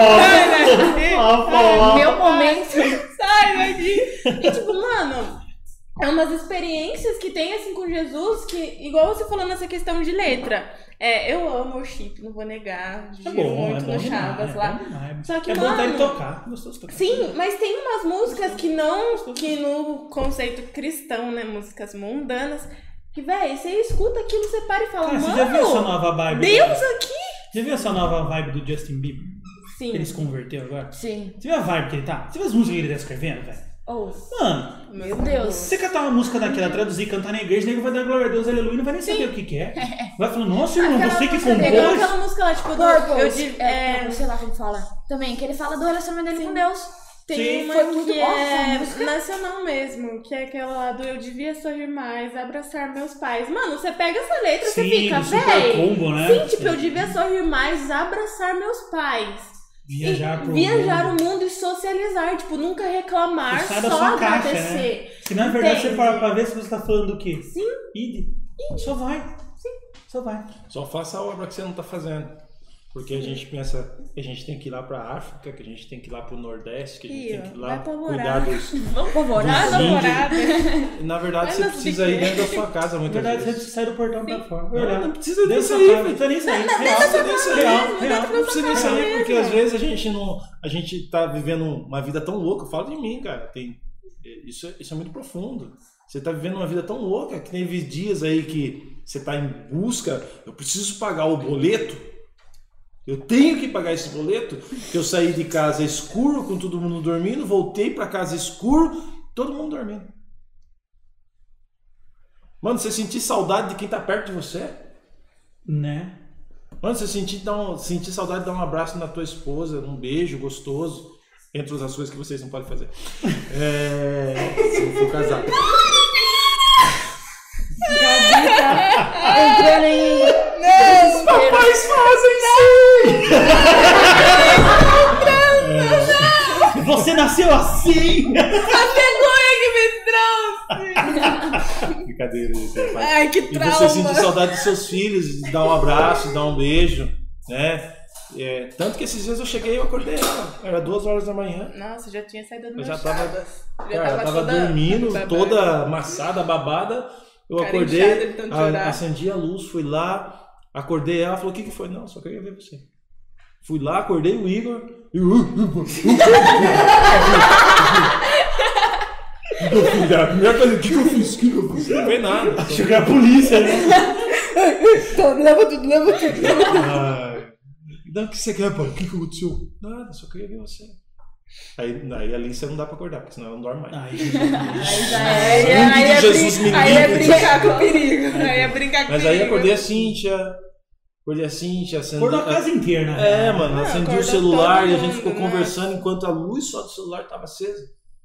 vó! Meu momento. Sai daqui. E tipo, mano, é umas experiências que tem assim com Jesus que, igual você falou nessa questão de letra. É, eu amo o Chip, não vou negar. É Giro bom, é muito bom no demais, Chavas é lá. bom demais. Só que, é bom até ele mano, tocar. Gostoso de tocar. Sim, mas tem umas músicas que não, que no conceito cristão, né, músicas mundanas, que, véi, você escuta aquilo, você para e fala, Cara, mano, você já viu essa nova vibe? Deus aqui? Já viu essa nova vibe do Justin Bieber? Sim. Que ele se converteu agora? Sim. Você viu a vibe que ele tá? Você viu as músicas que ele tá escrevendo, velho? Oh, Mano, Meu Deus. se você cantar uma música daquela, traduzir, cantar na igreja, o nego vai dar glória a Deus, aleluia, e não vai nem saber o que que é. Vai falar, nossa, irmão, Aquela você que música dele, igual compôs. aquela música lá, tipo, do, Purpose. eu digo, é, é, sei lá como fala. Também, que ele fala do relacionamento dele com Deus. tem Sim. uma Foi muito que boa é essa música. nacional mesmo, que é aquela lá do eu devia sorrir mais, abraçar meus pais. Mano, você pega essa letra e você Sim, fica, do Super véi. Combo, né? Sim, tipo, eu devia sorrir mais, abraçar meus pais. Viajar e pro viajar mundo. o mundo e socializar, tipo, nunca reclamar, E sai da só sua caixa, agradecer. Se na verdade Entende? você para pra ver se você tá falando do quê? Sim. Ide. Só vai. Sim. Só vai. Só faça a obra que você não está fazendo. Porque a gente pensa que a gente tem que ir lá para a África, que a gente tem que ir lá para o Nordeste, que a gente Ih, tem que ir lá vai pra cuidar Alvorada. dos... Vamos favorar? Dos Namorada. E, na verdade, Vai você nas precisa ir dentro da bicicletas. sua casa Na muitas verdade, você vezes. precisa sair do portão pra fora. Não, Olhar. não precisa Dentro nem da sua sair, casa, filho. não precisa nem sair. Não Real, precisa nem sair. real, Não real. precisa nem sua sair, casa. porque às vezes a gente não. A gente tá vivendo uma vida tão louca. Eu falo de mim, cara. Tem, isso, é- isso é muito profundo. Você tá vivendo uma vida tão louca que teve dias aí que você tá em busca. Eu preciso pagar o boleto. Eu tenho que pagar esse boleto. Que eu saí de casa escuro, com todo mundo dormindo, voltei pra casa escuro, todo mundo dormindo. Mano, você sentir saudade de quem tá perto de você? Né? Mano, você sentir, dar um, sentir saudade de dar um abraço na tua esposa, um beijo gostoso, entre outras coisas que vocês não podem fazer. É, se não for casado. Entrando em. Os papais fazem sim! Você nasceu assim! A vergonha que me trouxe! Brincadeira, isso é Ai, que E trauma! você sentir saudade dos seus filhos, de dar um abraço, dar um beijo, né? É, tanto que esses dias eu cheguei e eu acordei ela. Era duas horas da manhã. Nossa, já tinha saído do meu Eu já tava, chadas. Já cara, eu tava toda dormindo, babada. toda amassada, babada. Eu Cara acordei, inchada de tanto a- chorar. acendi a luz, fui lá, acordei ela, falou, o que que foi? Não, só queria ver você. Fui lá, acordei o Igor. E o A primeira coisa, o que que eu fiz? O que que eu fiz? Não foi nada. Achei que era a polícia, né? Leva tudo, leva tudo. Ai, não, o que você quer, pai? O que que aconteceu? Nada, só queria ver você. Aí, aí ali você não dá pra acordar, porque senão ela não dorme mais. Ai, Jesus. Aí já Aí, é. Sangue aí, de é Jesus brin- me aí é livre. brincar com o perigo. Aí é brincar com o Mas perigo. aí acordei a Cíntia, acordei a Cíntia, acendi... Acordou a casa inteira, né? É, mano, Não, acendi o acordou celular todo e a gente mundo, ficou né? conversando enquanto a luz só do celular tava acesa.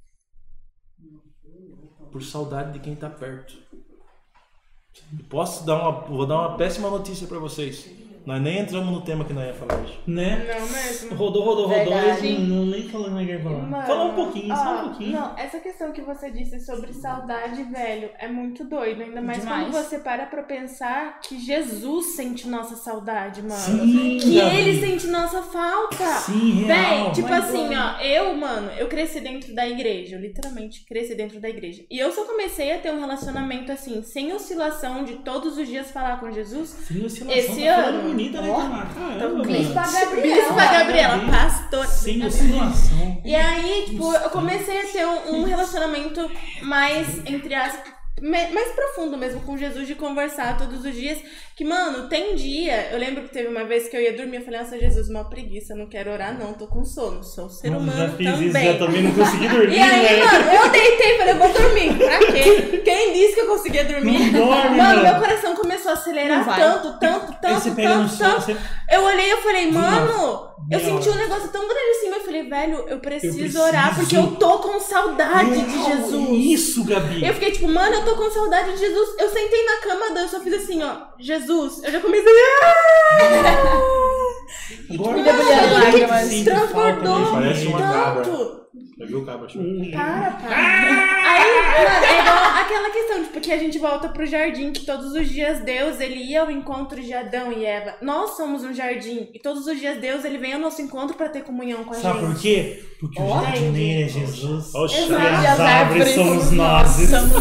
Por saudade de quem tá perto. Posso dar uma, vou dar uma péssima notícia pra vocês. Nós nem entramos no tema que nós ia falar hoje. Né? Não mesmo. Rodou, rodou, rodou. Verdade. E não, nem falando ninguém falar. Mano, Fala um pouquinho, só ó, um pouquinho. Não, essa questão que você disse sobre saudade, velho, é muito doido. Ainda mais Demais. quando você para pra pensar que Jesus sente nossa saudade, mano. Sim, que Gabi. ele sente nossa falta. Sim, real. Véi, tipo Mas, assim, ó, eu, mano, eu cresci dentro da igreja, eu literalmente cresci dentro da igreja. E eu só comecei a ter um relacionamento assim, sem oscilação de todos os dias falar com Jesus. Sim, oscilação, Esse tá falando ano. bonita, né, Ó. Tamara? Caramba, Bispa mano. Gabriela. Bispa Gabriela, pastor. Sem oscilação. E aí, tipo, eu comecei a ter um, um relacionamento mais, entre aspas, me- mais profundo mesmo com Jesus, de conversar todos os dias. Que, mano, tem dia, eu lembro que teve uma vez que eu ia dormir, eu falei, nossa, Jesus, uma preguiça, não quero orar não, tô com sono, sou ser Nossa, humano já fiz também. isso, já também não consegui dormir, E aí, né? mano, eu deitei e falei, eu vou dormir. Pra quê? Quem disse que eu conseguia dormir? Não dorme, mano, mano. meu coração começou a acelerar Não vai. tanto, tanto, Aí tanto, você pega no tanto, sono, tanto. você... Eu olhei e eu falei, Nossa, mano, eu meu. senti um negócio tão grande assim, mas eu falei, velho, eu preciso, preciso. orar, porque eu tô com saudade de Uau, Jesus. Isso, Gabi. Eu fiquei tipo, mano, eu tô com saudade de Jesus. Eu sentei na cama, daí eu só fiz assim, ó, Jesus. Eu já comecei a... Agora Me debulhando você lágrimas. sente falta, Transbordou né? Parece uma cabra. tanto. Já viu o cabra? Para, para. Aí, mano, é igual aquela questão, tipo, que a gente volta pro jardim, que todos os dias Deus, ele ia ao encontro de Adão e Eva. Nós somos um jardim, e todos os dias Deus, ele vem ao nosso encontro pra ter comunhão com a Sabe gente. por quê? Porque o Ó, jardineiro é Jesus. Oxa. E Exato. as árvores somos nós. Somos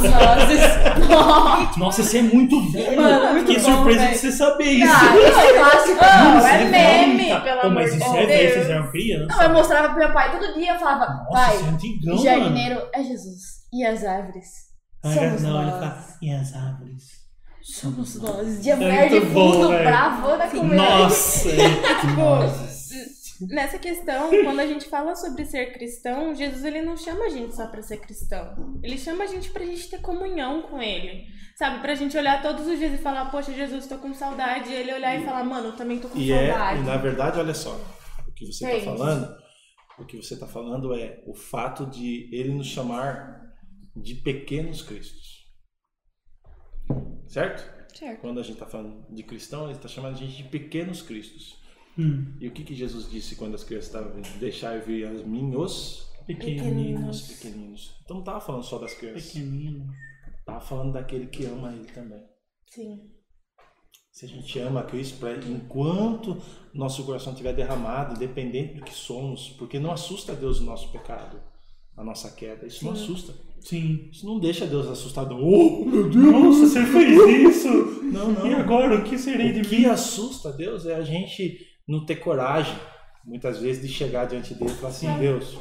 nós. Nossa, isso é muito bom. Mano, muito que bom, surpresa velho. de você saber isso. Ah, isso é clássico. Não, Isso é meme, velho, pelo Pô, amor mas de isso Deus. é velho, vocês eram criança. Não, eu mostrava pro meu pai todo dia, eu falava, Nossa, pai, isso é antigão, o mano. jardineiro é Jesus. E as árvores? Ah, Somos não, ele nós. fala, e as árvores? Somos nós. E a mulher de muito bom, fundo, velho. bravona com ele. Nossa, Tipo, nossa. nessa questão, quando a gente fala sobre ser cristão, Jesus, ele não chama a gente só pra ser cristão. Ele chama a gente pra gente ter comunhão com ele. Sabe, pra gente olhar todos os dias e falar, poxa, Jesus, tô com saudade. E ele olhar e falar, mano, eu também tô com E, é, saudade. e na verdade, olha só, o que você Entende? está falando, o que você está falando é o fato de ele nos chamar de pequenos cristos. Certo? Certo. Quando a gente está falando de cristão, ele está chamando a gente de pequenos cristos. Hum, E o que, que Jesus disse quando as crianças estavam deixar vir as minhos pequeninos. os pequeninos? Então não estava falando só das crianças, Pequeninos. estava falando daquele que ama ele também. Sim. Se a gente ama a Cristo, pra, enquanto nosso coração estiver derramado, independente do que somos, porque não assusta Deus o nosso pecado, a nossa queda. Isso não assusta. Sim. Isso não deixa Deus assustado. Oh, meu Deus! Nossa, você fez isso? Não, não. E agora, o que serei de O mim? que assusta Deus é a gente não ter coragem, muitas vezes, de chegar diante dele e falar assim, Deus,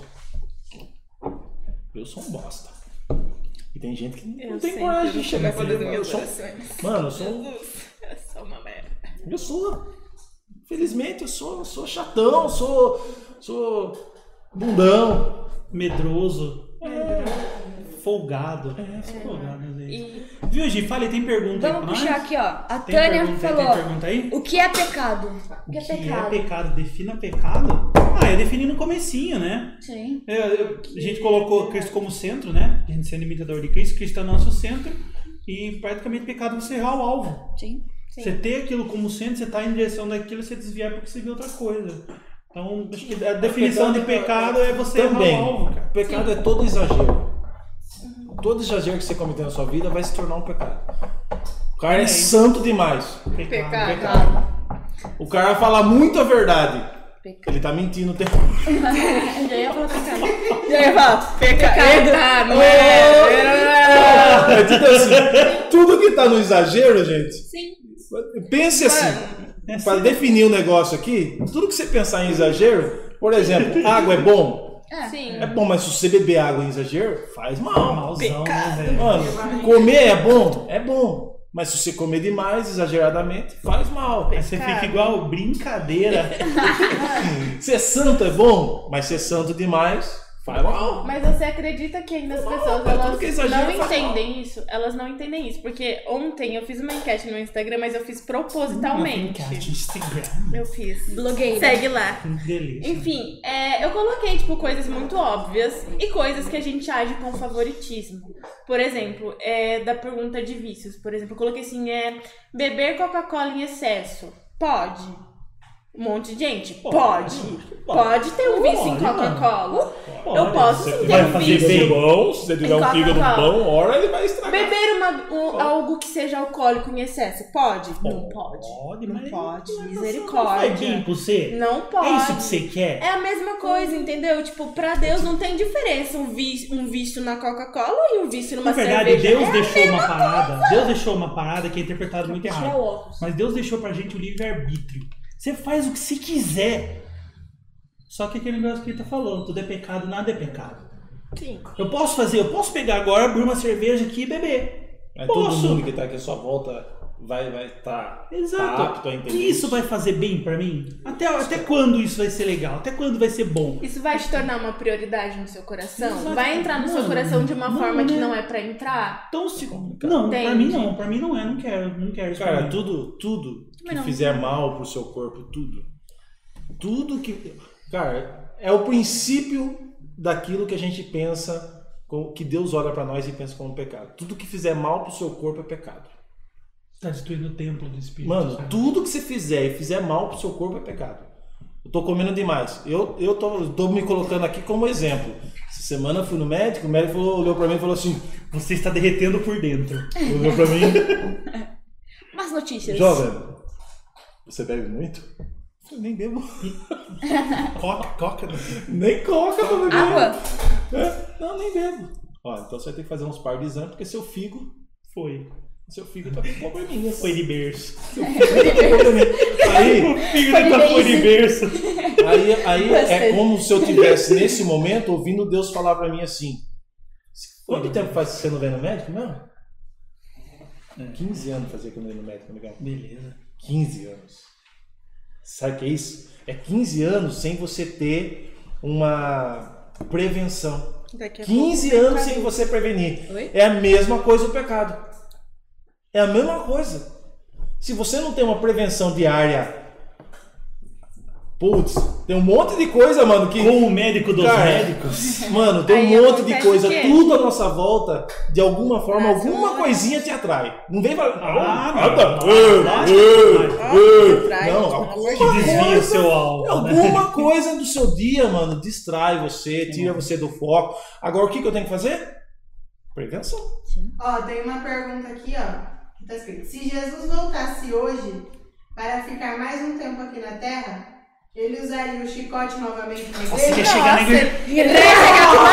eu sou um bosta. E tem gente que não Eu tem sempre coragem de vou chegar e falar falar, das eu minhas sou, orações. mano, eu sou um Eu sou uma merda. Eu sou, infelizmente, eu sou, sou chatão, sou, sou bundão. Medroso. Folgado. É, sou folgado. às vezes. E Viu, Gi? Fala aí, tem pergunta aí Vamos pra puxar nós? aqui, ó. A Tem Tânia pergunta aí, falou, tem pergunta aí? o que é pecado? O que é O que pecado? é pecado? Defina pecado? Ah, eu defini no comecinho, né? Sim. É, eu- a gente colocou Cristo como centro, né? A gente sendo imitador de Cristo, Cristo é nosso centro. E praticamente pecado é você errar o alvo. Sim. sim. Você ter aquilo como centro, você tá em direção daquilo, você desviar porque você vê outra coisa. Então, acho que a definição de pecado é você Também, errar o alvo, cara. pecado é todo exagero. Todo exagero que você cometer na sua vida vai se tornar um pecado. O cara é Amém. santo demais. Pecado. Pecado. Pecado. O cara fala muito a verdade. Pecado. Ele tá mentindo o tempo. Já ia falar pecado. E aí, fala, pecado. Ah, não É tipo assim, tudo que tá no exagero, gente. Sim. Pense assim, para definir o negócio aqui, tudo que você pensar em exagero, por exemplo, água é bom? É. Sim. É bom, mas se você beber água em exagero, faz mal. Malzão, né, velho? Mano, comer é bom? É bom. Mas se você comer demais, exageradamente, faz mal. Aí você fica igual brincadeira. Ser santo é bom, mas ser santo demais, faz mal. Mas você acredita que ainda as pessoas mas elas tudo que é exagero não faz entendem isso? Elas não entendem isso. Porque ontem eu fiz uma enquete no Instagram, mas eu fiz propositalmente. Instagram. Eu fiz. Blogueira. Segue lá. Que delícia. Enfim, é, eu coloquei, tipo, coisas muito óbvias e coisas que a gente age com favoritismo. Por exemplo, é, da pergunta de vícios. Por exemplo, eu coloquei assim, é, beber Coca-Cola em excesso. Pode? Um monte de gente? Pode. Pode, pode ter um vício em Pode, Coca-Cola. Pode. Eu posso Se sim você ter vai um fazer vício. bem. bom, se você tiver Em um fígado Coca-Cola. bom, hora ele vai estragar. Beber uma, um- algo que seja alcoólico em excesso. Pode? Não pode. Pode, Não mas pode. Não faz bem Misericórdia. pra você. Não pode. É isso que você quer? É a mesma coisa, entendeu? Tipo, pra Deus não tem diferença um vício, um vício na Coca-Cola e um vício numa Na verdade, cerveja. Deus É a deixou mesma uma parada. Deus deixou uma parada que é interpretada muito Tirar errado. o óculos. Mas Deus deixou pra gente o livre-arbítrio. Você faz o que você quiser. Só que aquele negócio que ele tá falando, tudo é pecado, nada é pecado. Sim. Eu posso fazer, eu posso pegar agora, abrir uma cerveja aqui e beber. Mas todo Posso. mundo que tá aqui à sua volta vai vai tá, Exato. tá apto a entender Isso vai fazer bem pra mim? Até, até quando isso vai ser legal? Até quando vai ser bom? Isso vai te tornar uma prioridade no seu coração? Exato. Vai entrar no seu Mano, coração de uma não, forma que né? não é pra entrar? Então, se... Não, pra Entende? mim não. Pra mim não é. Não quero. Não quero isso pra Cara, mim. tudo, tudo Também que não. fizer mal pro seu corpo, tudo. Tudo que. Cara, é o princípio daquilo que a gente pensa, com- que Deus olha pra nós e pensa como pecado. Tudo que fizer mal pro seu corpo é pecado. Tá destruindo o templo do Espírito. Mano, sabe? tudo que você fizer e fizer mal pro seu corpo é pecado. Eu tô comendo demais. Eu, eu tô, tô me colocando aqui como exemplo. Essa semana eu fui no médico, o médico falou, olhou pra mim e falou assim: Você está derretendo por dentro. olhou pra mim, Más notícias. jovem, você bebe muito? Eu nem bebo. Coca, coca. Nem coca pra beber. Água? É, não, nem bebo. Ó, então você vai ter que fazer uns par de exames, porque seu figo, Foi. seu figo tá com probleminha. Foi de berço. Aí, O filho da foi de berço. aí, aí é como se eu tivesse nesse momento ouvindo Deus falar pra mim assim: quanto tempo faz que você não vem no médico, não? quinze anos fazia que eu não ia no médico, amigão. Beleza. quinze anos. Sabe o que é isso? É quinze anos sem você ter uma prevenção. Daqui a quinze pouco anos vai sem pra- você prevenir. Oi? É a mesma coisa o pecado. É a mesma coisa. Se você não tem uma prevenção diária, putz, tem um monte de coisa, mano, que... Com o médico dos Cara, médicos. Mano, tem Aí um monte de acontece coisa, o quê? tudo à nossa volta, de alguma forma, Nossa, alguma não. coisinha te atrai. Não vem falar, Ah, nada, não. ei, Lógico ei, que vai. ei. Atrai, Não, pelo alguma amor de Que desvia o coisa, seu alvo. Né? alguma coisa do seu dia, mano, distrai você, tira você do foco. Agora, o que, que eu tenho que fazer? Prevenção. Ó, tem uma pergunta aqui, ó, que tá escrito: se Jesus voltasse hoje para ficar mais um tempo aqui na Terra, ele usaria o chicote novamente na Você quer igreja? chegar na igreja? Ele vai chegar com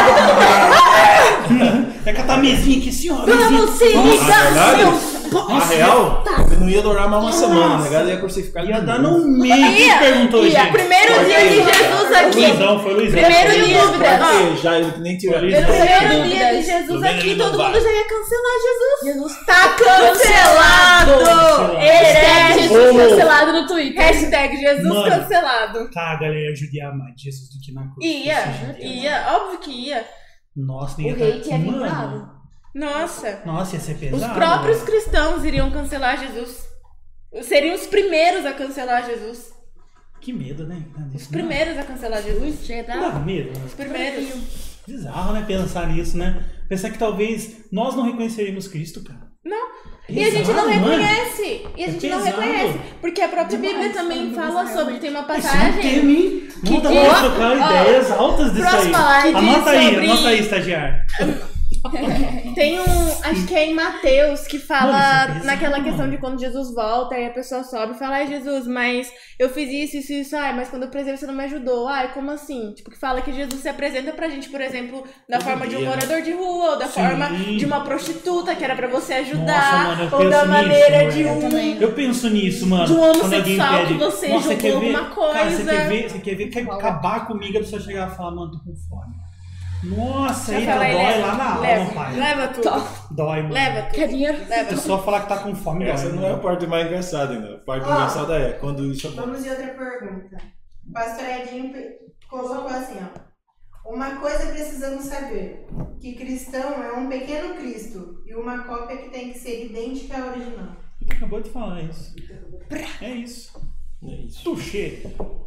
uma Vai catar a mesinha aqui assim, ó. Vamos se mesinha. ligar, verdade? seus... Na real, ele não ia durar mais uma semana, né? A galera ia crucificar ele. Ia de dar novo. no meio. Quem Ia, perguntou, ia. gente? Primeiro Olha dia aí. de Jesus Foi o aqui. Luizão, foi o Luizão. Primeiro Foi o dia, Luizão. dúvida, ó. Porque já ele que nem tira. Luizão. No primeiro Dúvidas. dia de Jesus Tudo bem, aqui, ele não todo vai. mundo já ia cancelar Jesus. Jesus Tá cancelado! Cancelado. Hashtag Herege. Jesus cancelado no Twitter. Hashtag Jesus Mano. cancelado. Tá, a galera ia judiar mais de Jesus do que na cruz. Ia, Isso judia. ia, óbvio que ia. Nossa, O nem ia hate tá- é bem Mano, bravo. Nossa. Nossa, ia ser pesado. Os próprios velho. cristãos iriam cancelar Jesus. Seriam os primeiros a cancelar Jesus. Que medo, né? Os primeiros a cancelar Jesus. Chega, Dá tá? medo. Né? Os primeiros. Bizarro, né? Pensar nisso, né? Pensar que talvez nós não reconheceríamos Cristo, cara. Não. E a gente não Pesado, mano. reconhece. E a É gente não pesado. reconhece. Porque a própria Demais, Bíblia também demais, fala demais. sobre. Tem uma Esse é um passagem. tema, hein? Não dá diz- pra trocar ó, ideias altas disso aí. próxima live Anota aí, sobre- anota aí, estagiário. Tem um, acho que é em Mateus, que fala Mano, isso é naquela pesado, questão mano. de quando Jesus volta e a pessoa sobe e fala, ai Jesus, mas eu fiz isso, isso, isso, ai, mas quando eu precisei você não me ajudou, ai, como assim? Tipo, que fala que Jesus se apresenta pra gente, por exemplo, da Todo forma de um dia, né? morador de rua, ou da Sim. forma de uma prostituta, que era pra você Nossa, ajudar, mano, eu ou penso da nisso, maneira mano. de Eu um... também. Eu penso nisso, mano. De um Quando alguém homossexual pede, que você "Nossa, jogou quer ver? alguma Cara, você coisa." quer ver, você quer ver, quer acabar comigo, a pessoa chegar e falar, mano, tô com fome. Nossa, Já aí fala, dói leva, lá na leva, alma, pai. Leva tudo. Dói, mano. Leva tudo. Quer dinheiro? A Leva tudo. pessoa falar que tá com fome, dói. Essa não é a parte mais engraçada ainda. A parte Ó. engraçada é quando isso é bom. Vamos de outra pergunta. O pastor Edinho pe- colocou assim, ó. Uma coisa precisamos saber, que cristão é um pequeno Cristo e uma cópia que tem que ser idêntica à original. Tu acabou de falar isso. É isso. É isso. Tuxê.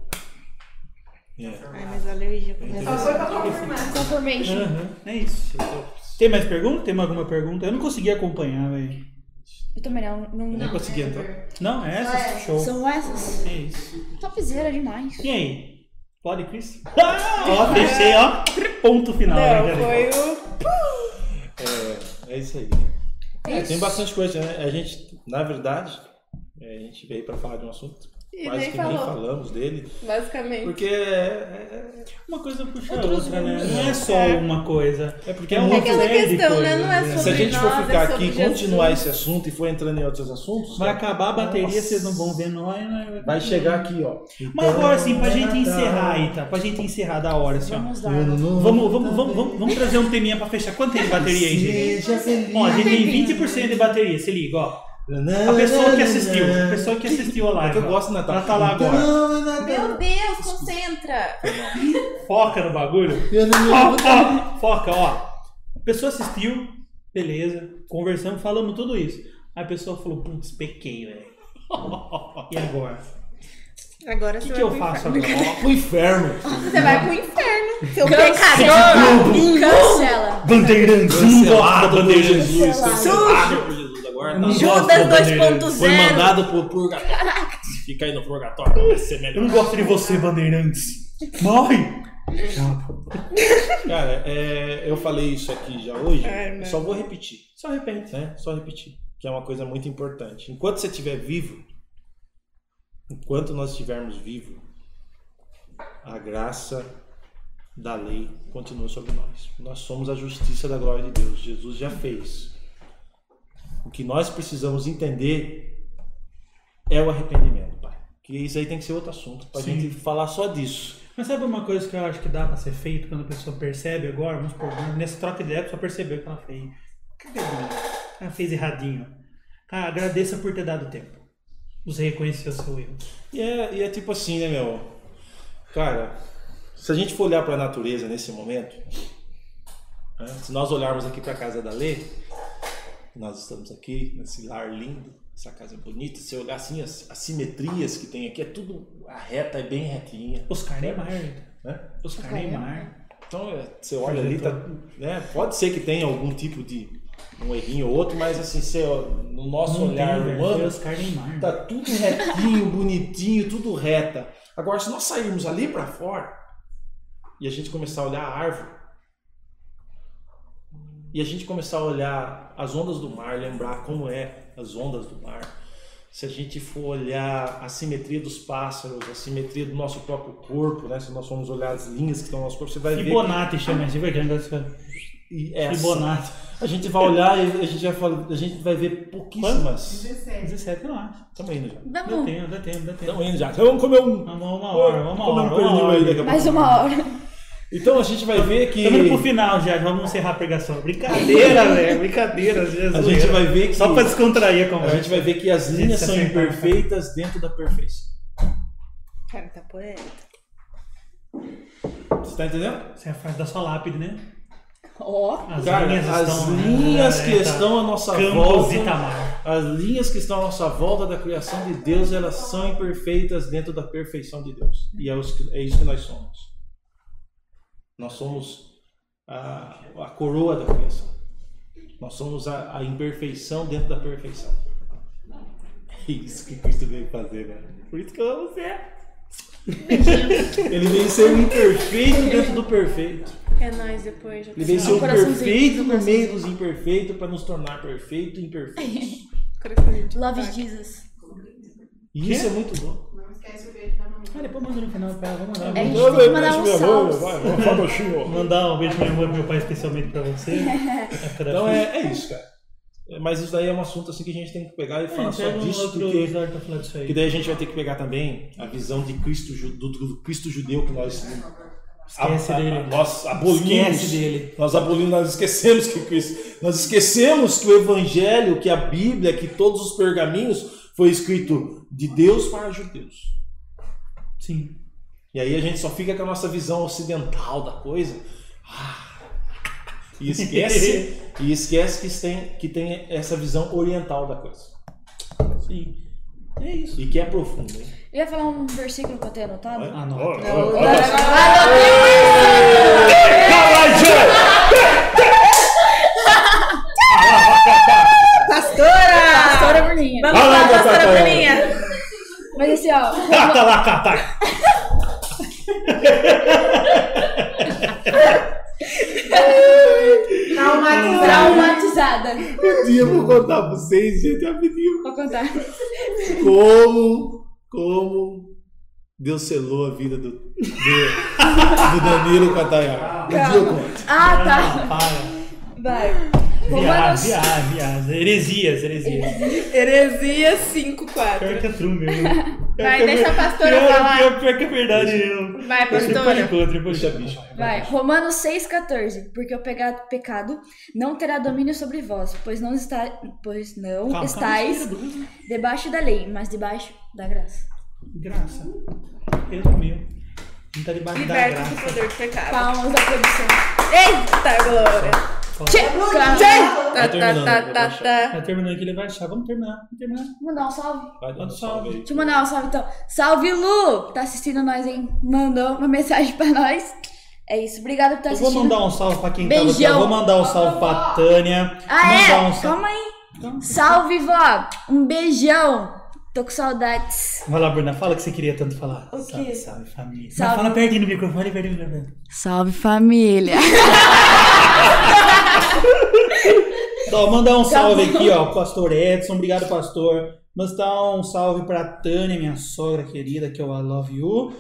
É. Ai, mas olha aí, já começou. Só foi pra confirmar. Confirmation. Aham, é isso. Tem mais pergunta? Tem mais alguma pergunta? Eu não consegui acompanhar, velho. Eu também não. Eu nem não. consegui entrar. Não, é essa? É. Show. São essas. É isso. Topzera demais. E aí? Pode, Chris? Ah, ó, fechei, ó. Ponto final. Não, né, foi cara? o... É, é isso aí. É É, isso. tem bastante coisa, né? A gente, na verdade, é, a gente veio pra falar de um assunto E quase nem que falou. nem falamos dele, Basicamente. porque é, é, Uma coisa puxa a Outros outra, né? mundos. Não é só É. uma coisa. é porque É é um um É outro- aquela série de questão, né? coisas, Não é né? sobre Se a gente for nós, é ficar sobre aqui e Jesus. continuar esse assunto e for entrando em outros assuntos, Vai acabar a bateria, Nossa. vocês não vão ver nós, né? vai chegar aqui, ó. Mas agora, assim, pra Então, gente Natal. encerrar aí, tá? Pra gente encerrar da hora, assim, ó. Vamos dar. Ano novo Vamos, vamos, vamos, também. vamos, vamos trazer um teminha pra fechar. Quanto tem de bateria aí, gente? Seja feliz. Ó, a gente tem vinte por cento de bateria, se liga, ó. A pessoa que assistiu, a pessoa que assistiu a É live. que eu ó, gosto do Natal. Ela tá lá agora. Então, Natal. Meu Deus, concentra! Foca no bagulho. Ano novo Foca, foca, ó. A pessoa assistiu, beleza. Conversamos, falamos tudo isso. Aí a pessoa falou, putz, pequei, velho. E agora? Agora O você que, vai que eu pro faço inferno. agora? pro inferno. Você vai pro inferno, seu Cancela. pecador! Cancela. Bandeirantes, não gosto da Cancelado por Bandeirantes. Jesus. Cancelado. Cancelado por Jesus. Agora Eu não tá. gosto Judas da dois Bandeirantes. ponto Foi zero. mandado pro purgatório. Fica aí no purgatório, vai ser Eu melhor. não gosto de você, Bandeirantes. Morre! Cara, é, eu falei isso aqui já hoje, Ai, meu só vou repetir, Só repete. né? Só repetir, que é uma coisa muito importante. Enquanto você estiver vivo, enquanto nós estivermos vivos, a graça da lei continua sobre nós. Nós somos a justiça da glória de Deus. Jesus já fez. O que nós precisamos entender é o arrependimento, pai. Que isso aí tem que ser outro assunto, pra Sim. gente falar só disso. Mas sabe uma coisa que eu acho que dá pra ser feito quando a pessoa percebe agora? Vamos supor, nessa troca de ideia, a pessoa percebeu que ela fez. Ela fez erradinho. Cara, agradeça por ter dado tempo. Você reconheceu o seu erro. E é, e é tipo assim, né, meu? Cara, se a gente for olhar para a natureza nesse momento, né, se nós olharmos aqui para a casa da Lê, nós estamos aqui nesse lar lindo, essa casa bonita, se olhar assim, as, as simetrias que tem aqui, é tudo, a reta é bem retinha, Oscar Neymar. né? Oscar Neymar. Então, é, você olha ali, tá, né? Pode ser que tenha algum tipo de um errinho ou outro, mas assim, você, ó, no nosso Não olhar tem, velho, foi humano, Oscar Neymar. tá tudo retinho, bonitinho, tudo reta. Agora, se nós sairmos ali para fora e a gente começar a olhar a árvore e a gente começar a olhar as ondas do mar, lembrar como é as ondas do mar, se a gente for olhar a simetria dos pássaros, a simetria do nosso próprio corpo, né? Se nós formos olhar as linhas que estão no nosso corpo, você vai ver Fibonacci chama esse, vai que que é assim. Fibonacci. A gente vai olhar e a gente vai, falar, a gente vai ver pouquíssimas. dezessete. dezessete, eu acho. Estamos indo já. Dá Vamos. tempo, dá tempo, dá tempo. Estamos indo já. Então vamos comer um. Vamos uma hora, vamos uma Comer um hora. pernil Uma aí hora. daqui a pouco. Mais uma hora. Então a gente vai ver que Estamos indo pro final já, vamos encerrar a pregação. Brincadeira, velho, brincadeira, Jesus. a gente vai ver que Só pra descontrair a a conversa. gente vai ver que as linhas se são acertar. imperfeitas dentro da perfeição. Cara, tá poeta. Você tá entendendo? Você é a fase da sua lápide, né? Ó. As Cara, linhas as estão, linhas né, que tá. estão à nossa Campos volta, Itamar. as linhas que estão à nossa volta da criação de Deus, elas são imperfeitas dentro da perfeição de Deus. E é, os que- é isso que nós somos. Nós somos a, a coroa da criação. Nós somos a, a imperfeição dentro da perfeição. É isso que Cristo veio fazer, né? Por isso que eu amo você. Ele veio ser o imperfeito dentro do perfeito. É nóis depois. Já Ele veio Sim. ser o Coraçãozinho, perfeito no coraçãozinho. meio dos imperfeitos pra nos tornar perfeitos e imperfeitos. Coraçãozinho de Love paca. Jesus. E isso é muito bom. Não esquece o beijo da mamãe. Ah, depois manda no final pra ela. Vamos mandar. É, a gente Vamos tem que mandar um Meu amor, salve. vai, vamos falar baixinho. mandar um beijo pra minha mãe e meu pai especialmente pra você. Então é, é isso, cara. É, Mas isso daí é um assunto assim que a gente tem que pegar e falar só disso, outro porque episódio pra falar disso aí. que daí a gente vai ter que pegar também a visão de Cristo, ju- do, do Cristo judeu que nós Esquece a- a- dele. nós abolimos. Esquece dele. Nós abolimos, nós esquecemos que Cristo, nós esquecemos que o Evangelho, que a Bíblia, que todos os pergaminhos foi escrito de Deus para judeus. Sim. E aí a gente só fica com a nossa visão ocidental da coisa. Ah, E esquece, e esquece que tem, que tem essa visão oriental da coisa. Sim. É isso. E que é profunda, hein? Eu ia falar um versículo que eu tenho anotado. Olha, Ah, não. olha, Não, olha, não, olha. Pastora! Pastora Bruninha. Vamos Vai lá, lá, pastora Catarina. Bruninha. Mas assim, ó. Cata lá, cata. Traumatizado. Traumatizada. Um dia eu vou contar pra vocês, gente, rapidinho. Vou contar. Como, como Deus selou a vida do, do, do Danilo Catayar. Um dia eu conto. Ah, tá. Ah, para. Vai. Viado, Romanos. viado, viado. Heresias, heresias. Heresia cinco, Pior quatro. que é true mesmo. Pior Vai, que é deixa ver- a pastora pior, falar. Pior, pior que é verdade mesmo. Vai, Depois pastora. conta, depois Puxa, conta. bicho. Vai. Romanos seis, quatorze. Porque o pega- pecado não terá domínio sobre vós, pois não, está, pois não Calma, estáis calma, Bruno. debaixo da lei, mas debaixo da graça. Graça. Resumiu. Não tá debaixo da Liberta do graça. poder do pecado. Palmas da produção. Eita, glória. Checa! Tá, Vai tá, terminando, tá, eu vou tá, achar. tá. Vai terminando aqui, ele vai achar. Vamos terminar. Vamos terminar. Vou mandar um salve. Vai dando Manda salve salve. aí. Deixa eu mandar um salve então. Salve, Lu! Tá assistindo nós, hein? Mandou uma mensagem pra nós. É isso. Obrigada por estar Eu assistindo. vou mandar um salve pra quem tava aqui. Beijão. Eu vou mandar um salve pra Tânia. Ah, mandar é? um salve. Calma aí. Calma. Salve, vó. Um beijão. Tô com saudades. Vai lá, Bruna. Fala o que você queria tanto falar. O Salve, quê? salve, família. Salve. Mas fala pertinho do microfone, pertinho do microfone. Salve, família. Então, mandar um Tá salve bom. aqui, ó, pro pastor Edson. Obrigado, pastor. Mandar um salve pra Tânia, minha sogra querida, que é o I Love You.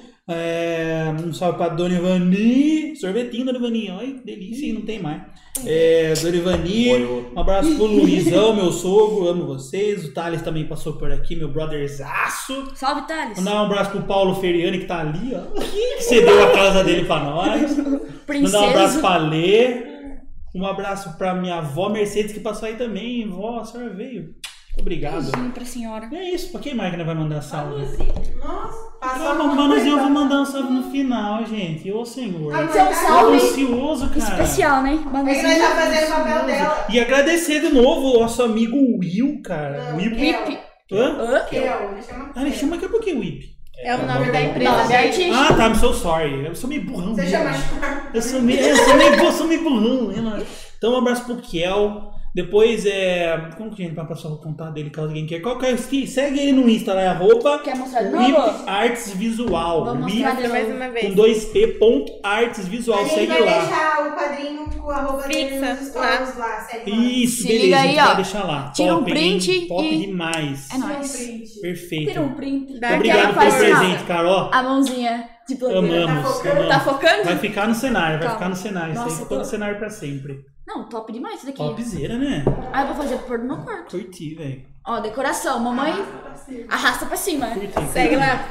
É, um salve pra Dona Ivani. Sorvetinho, Dona Ivani. Olha que delícia, hein? Não tem mais. É, Dona Ivani. Oi, Um abraço pro Luizão, meu sogro. Amo vocês. O Thales também passou por aqui, meu brotherzaço. Salve, Thales. Mandar um abraço pro Paulo Feriani, que tá ali, ó. Que cedeu a casa dele pra nós. Mandar um abraço Princesa. pra Lê. Um abraço pra minha avó Mercedes, que passou aí também. Vó, a senhora veio. Muito obrigado. Beijinho pra senhora. É isso, pra quem mais que nós vai mandar salve? Nossa, Ah, passou mas uma Manuzinho, eu coisa. vou mandar um salve no final, gente. Ô, senhor. Ah, Esse é um mas tá Tô salve ansioso, cara. especial, né? É que Manuzinho. nós tá fazendo o papel dela. E agradecer de novo o nosso amigo Will, cara. Não, Will. Whip. Hã? Hã? Kel, ele chama Ah, ele chama que é porque Whip. É o nome da empresa Nome dele. artístico. Ah, tá, I'm so sorry. Eu sou meio burrão. Você mesmo. chama de Eu sou meio, eu sou meio, eu sou meio burrão. né? Então, um abraço pro Kel. Depois, é... Como que a gente vai passar o contato dele, caso alguém queira? Qual que é o Steve? Segue ele no Insta, lá, é arroba Quer mostrar de Whip novo? Arts Visual. Vou Whip mostrar de Mais novo. uma com vez. dois P, ponto, artes visual. A gente Segue vai lá. deixar o quadrinho com o arroba dele Fixa, nos stories lá, segue lá. Isso, Se beleza. liga a aí, gente vai ó. deixar lá. Tira um Top, hein? print Top e- demais. É nóis. Perfeito. Tira um print. Dá Muito Porque obrigado ela pelo faz assim, ó, presente, Carol. a mãozinha de blogueira. Amamos. Tá focando? amamos. Tá focando? Vai ficar no cenário, vai Calma. ficar no cenário. Isso Nossa, aí ficou tô- no cenário pra sempre. Não, top demais isso daqui. Topzera, né? Ah, eu vou fazer por no meu quarto. Curti, velho. Ó, decoração. Mamãe arrasta pra cima. Curti. Segue lá.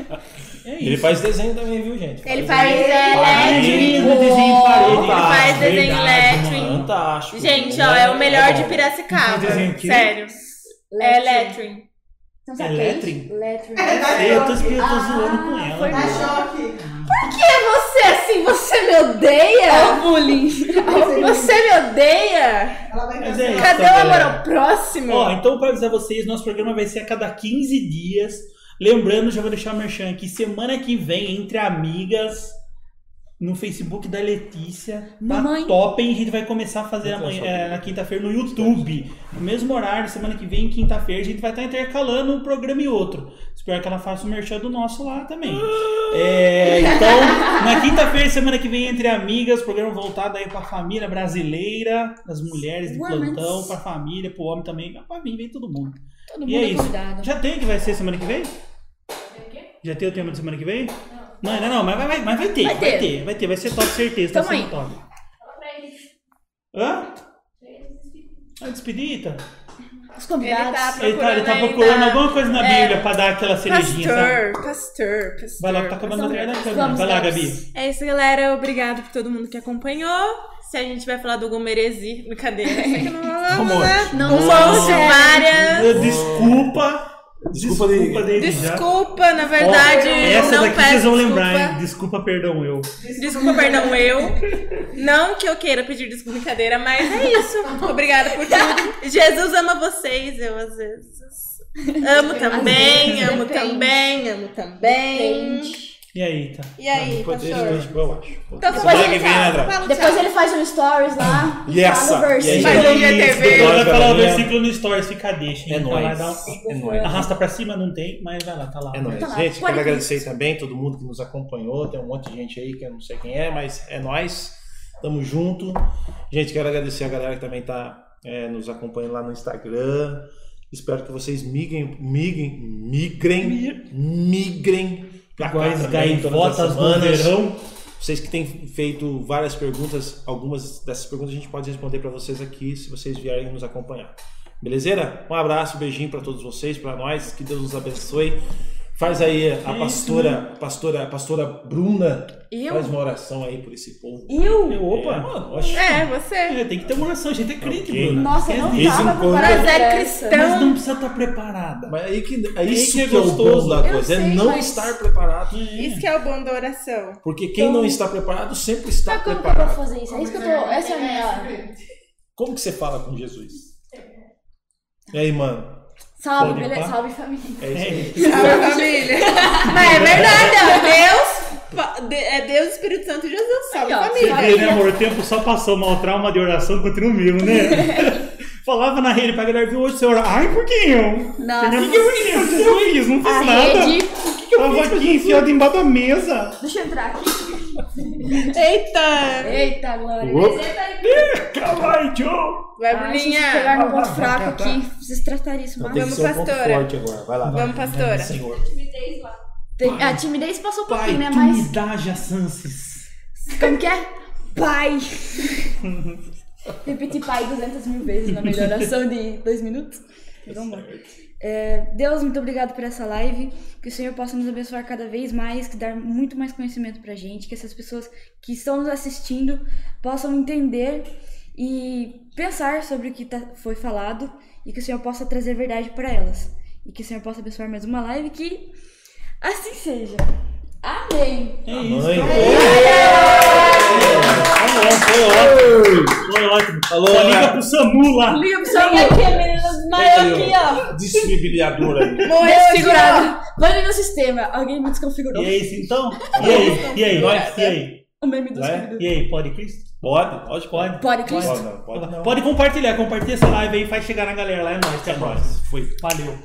É isso. Ele faz desenho também, viu, gente? Ele faz Ele é, Lindo elétrico. desenho de parede. Ele faz desenho Verdade, elétrico. mano. Fantástico. Gente, ó, é o melhor de bom. Piracicaba. Esse desenho aqui? Sério. É elétrico. Você não sabe o que é isso? Eletrim? Eletrim. É, tá Sei, eu tô, eu tô Ah, zoando com ela. foi Dá mano. choque. Por que você assim? Você me odeia? É o bullying. Você me odeia? Ela vai Mas é cancelar. isso. Cadê o galera. amor ao próximo? Ó, então pra avisar vocês, nosso programa vai ser a cada quinze dias. Lembrando, já vou deixar o merchan aqui, semana que vem, Entre Amigas, no Facebook da Letícia. Tá Mamãe. top, hein? A gente vai começar a fazer Vou amanhã, trazer. é, na quinta-feira no YouTube. No mesmo horário, semana que vem, quinta-feira, a gente vai estar intercalando um programa e outro. Espero que ela faça o merchan do nosso lá também. É, então, na quinta-feira, semana que vem, Entre Amigas, programa voltado aí pra família brasileira, das mulheres de Women's. plantão, pra família, pro homem também, pra mim, vem todo mundo. Todo mundo E é é isso. convidado. Já tem o que vai ser semana que vem? Já tem o tema de semana que vem? Não, não, não, mas vai, mas vai ter, Vai vai ter. ter, vai ter, vai ser top, certeza, tá Tamo sendo aí. top. Hã? A despedida? Os Ele convidados. tá Ele tá, ele tá Procurando procurando ainda- alguma coisa na É. Bíblia pra dar aquela cerejinha, sabe? Pastor, pastor, pastor. Vai lá que tá acabando a bateria da câmera. Vamos, Vai lá, vamos. Gabi. É isso, galera. Obrigado por todo mundo que acompanhou. Se a gente vai falar de alguma heresia, brincadeira. Sei que não vamos, Amor. né? Não, Um não, monte de é. várias. Desculpa. Desculpa Desculpa de- desde já. Desculpa, na verdade, Ó, essa não daqui peço vocês vão desculpa. lembrar, hein? Desculpa, perdão, eu. Desculpa, perdão, eu. Não que eu queira pedir desculpa, brincadeira, mas é isso. Obrigada por tudo. Jesus ama vocês, eu às vezes amo também, vezes, amo depende. também, amo também. Depende. E aí, tá? E aí, Depois deixa, pastor? deixa, eu acho. Então, Depois Semana ele que vem, fala. né, André? Fala Depois tchau. ele faz um stories lá e Yes. fala o versículo. Faz um I G T V. Depois vai falar o galerinha. versículo no Stories, fica deixa. É hein? Então vai nóis. dar um- É nóis. Arrasta pra cima, não tem, mas vai lá, tá lá. É nóis. Tá lá, Gente, pode quero vir. agradecer também todo mundo que nos acompanhou. Tem um monte de gente aí que eu não sei quem é, mas é nóis. Tamo junto. Gente, quero agradecer a galera que também tá é, nos acompanhando lá no Instagram. Espero que vocês migrem, migrem, migrem, migrem pra cá Igual as também, todas as gaivotas do semanas. verão. Vocês que têm feito várias perguntas, algumas dessas perguntas a gente pode responder para vocês aqui, se vocês vierem nos acompanhar. Belezeira? Um abraço, um beijinho para todos vocês, para nós, que Deus nos abençoe. Faz aí a pastora, pastora, a pastora Bruna, Eu? faz uma oração aí por esse povo. Eu? Eu, opa. É, mano, oxe. É, você. É, tem que ter uma oração, a gente é crente, Ok. Bruna. Nossa, eu não Esquece tava em quando- preparada Mas é pra cristão. essa. Mas não precisa estar preparada. Mas aí que, é Aí isso que é que é o gostoso. bom da Eu coisa, é sei, não mas- estar preparado. Isso que é o bom da oração. Porque quem não está preparado sempre está Sabe como que eu vou preparado. fazer isso? É isso que eu tô. Essa é a minha. Como que você fala com Jesus? E aí, mano? Salve, Pode beleza? pá. Salve família. É isso aí. Salve, família. Mas é verdade, ó. Deus, pa- de- é Deus, Espírito Santo e Jesus. Salve, Aí, ó, Você família. vê, né, amor? O tempo só passou, mas o trauma de oração continua o mesmo, né? Falava na rede pra galera vir hoje, você ora. Ai, por que eu? Nossa. O que, que eu fiz? O que eu fiz? Não fiz A nada. rede. O que eu Tava aqui enfiado embaixo da mesa. Deixa eu entrar aqui. Eita. Eita, Glória. Opa. Senta aí. Calma aí, Joe. Vai, Ai, deixa eu Bruninha. pegar no ponto Vai, fraco vai, vai. aqui. Preciso tratar isso Então mais. tem que Vamos, ser um ponto pastora. forte agora. Vai lá. Vamos, pastora. Senhor. Tem- A timidez passou um Pai, pouquinho, né? tu Mas. me dá Jansances. Como que é? Pai. Repeti pai duzentas mil vezes na minha oração de dois minutos. Vamos lá. É, Deus, muito obrigado por essa live. Que o Senhor possa nos abençoar cada vez mais, que dar muito mais conhecimento pra gente, que essas pessoas que estão nos assistindo possam entender e pensar sobre o que tá, foi falado e que o Senhor possa trazer verdade para elas. E que o Senhor possa abençoar mais uma live, que assim seja. Amém. É Mãe. isso. Foi ótimo. Foi ótimo. Alô, Só liga galera. pro SAMU lá. Liga pro Senhor. Aqui, a menina desmaiou aqui, ó. Desfibrilador aí. Morreu segurado. Pane no sistema. Alguém me desconfigurou. E é isso então? E aí? E aí? E aí? O meme do Vai. Scooby-Doo. E aí? Pode Cristo? Pode, pode, pode. Pode, Cristo. Pode não, pode não. Pode compartilhar. Compartilha essa live aí. Faz chegar na galera lá. É nóis. Até É mais. nóis. Foi. Valeu.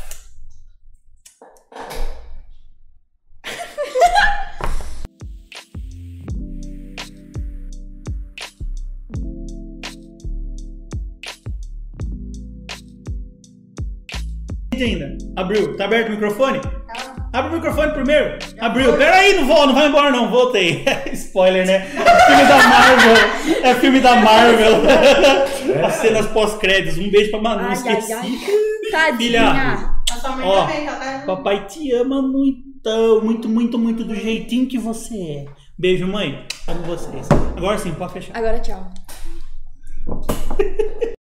Ainda. Abriu. Tá aberto o microfone? Abre o microfone primeiro. Abriu. Pera aí, não vou, não vai embora não. Voltei. Spoiler, né? É filme da Marvel. É filme da Marvel. As cenas pós-créditos. Um beijo pra Manu. Ai, ai, Esqueci. ai. Tadinha. Filha. A sua mãe Ó, também, ela tá... Papai te ama muito, muito, muito, muito do jeitinho que você é. Beijo, mãe. Amo vocês. Agora sim, pode fechar. Agora tchau.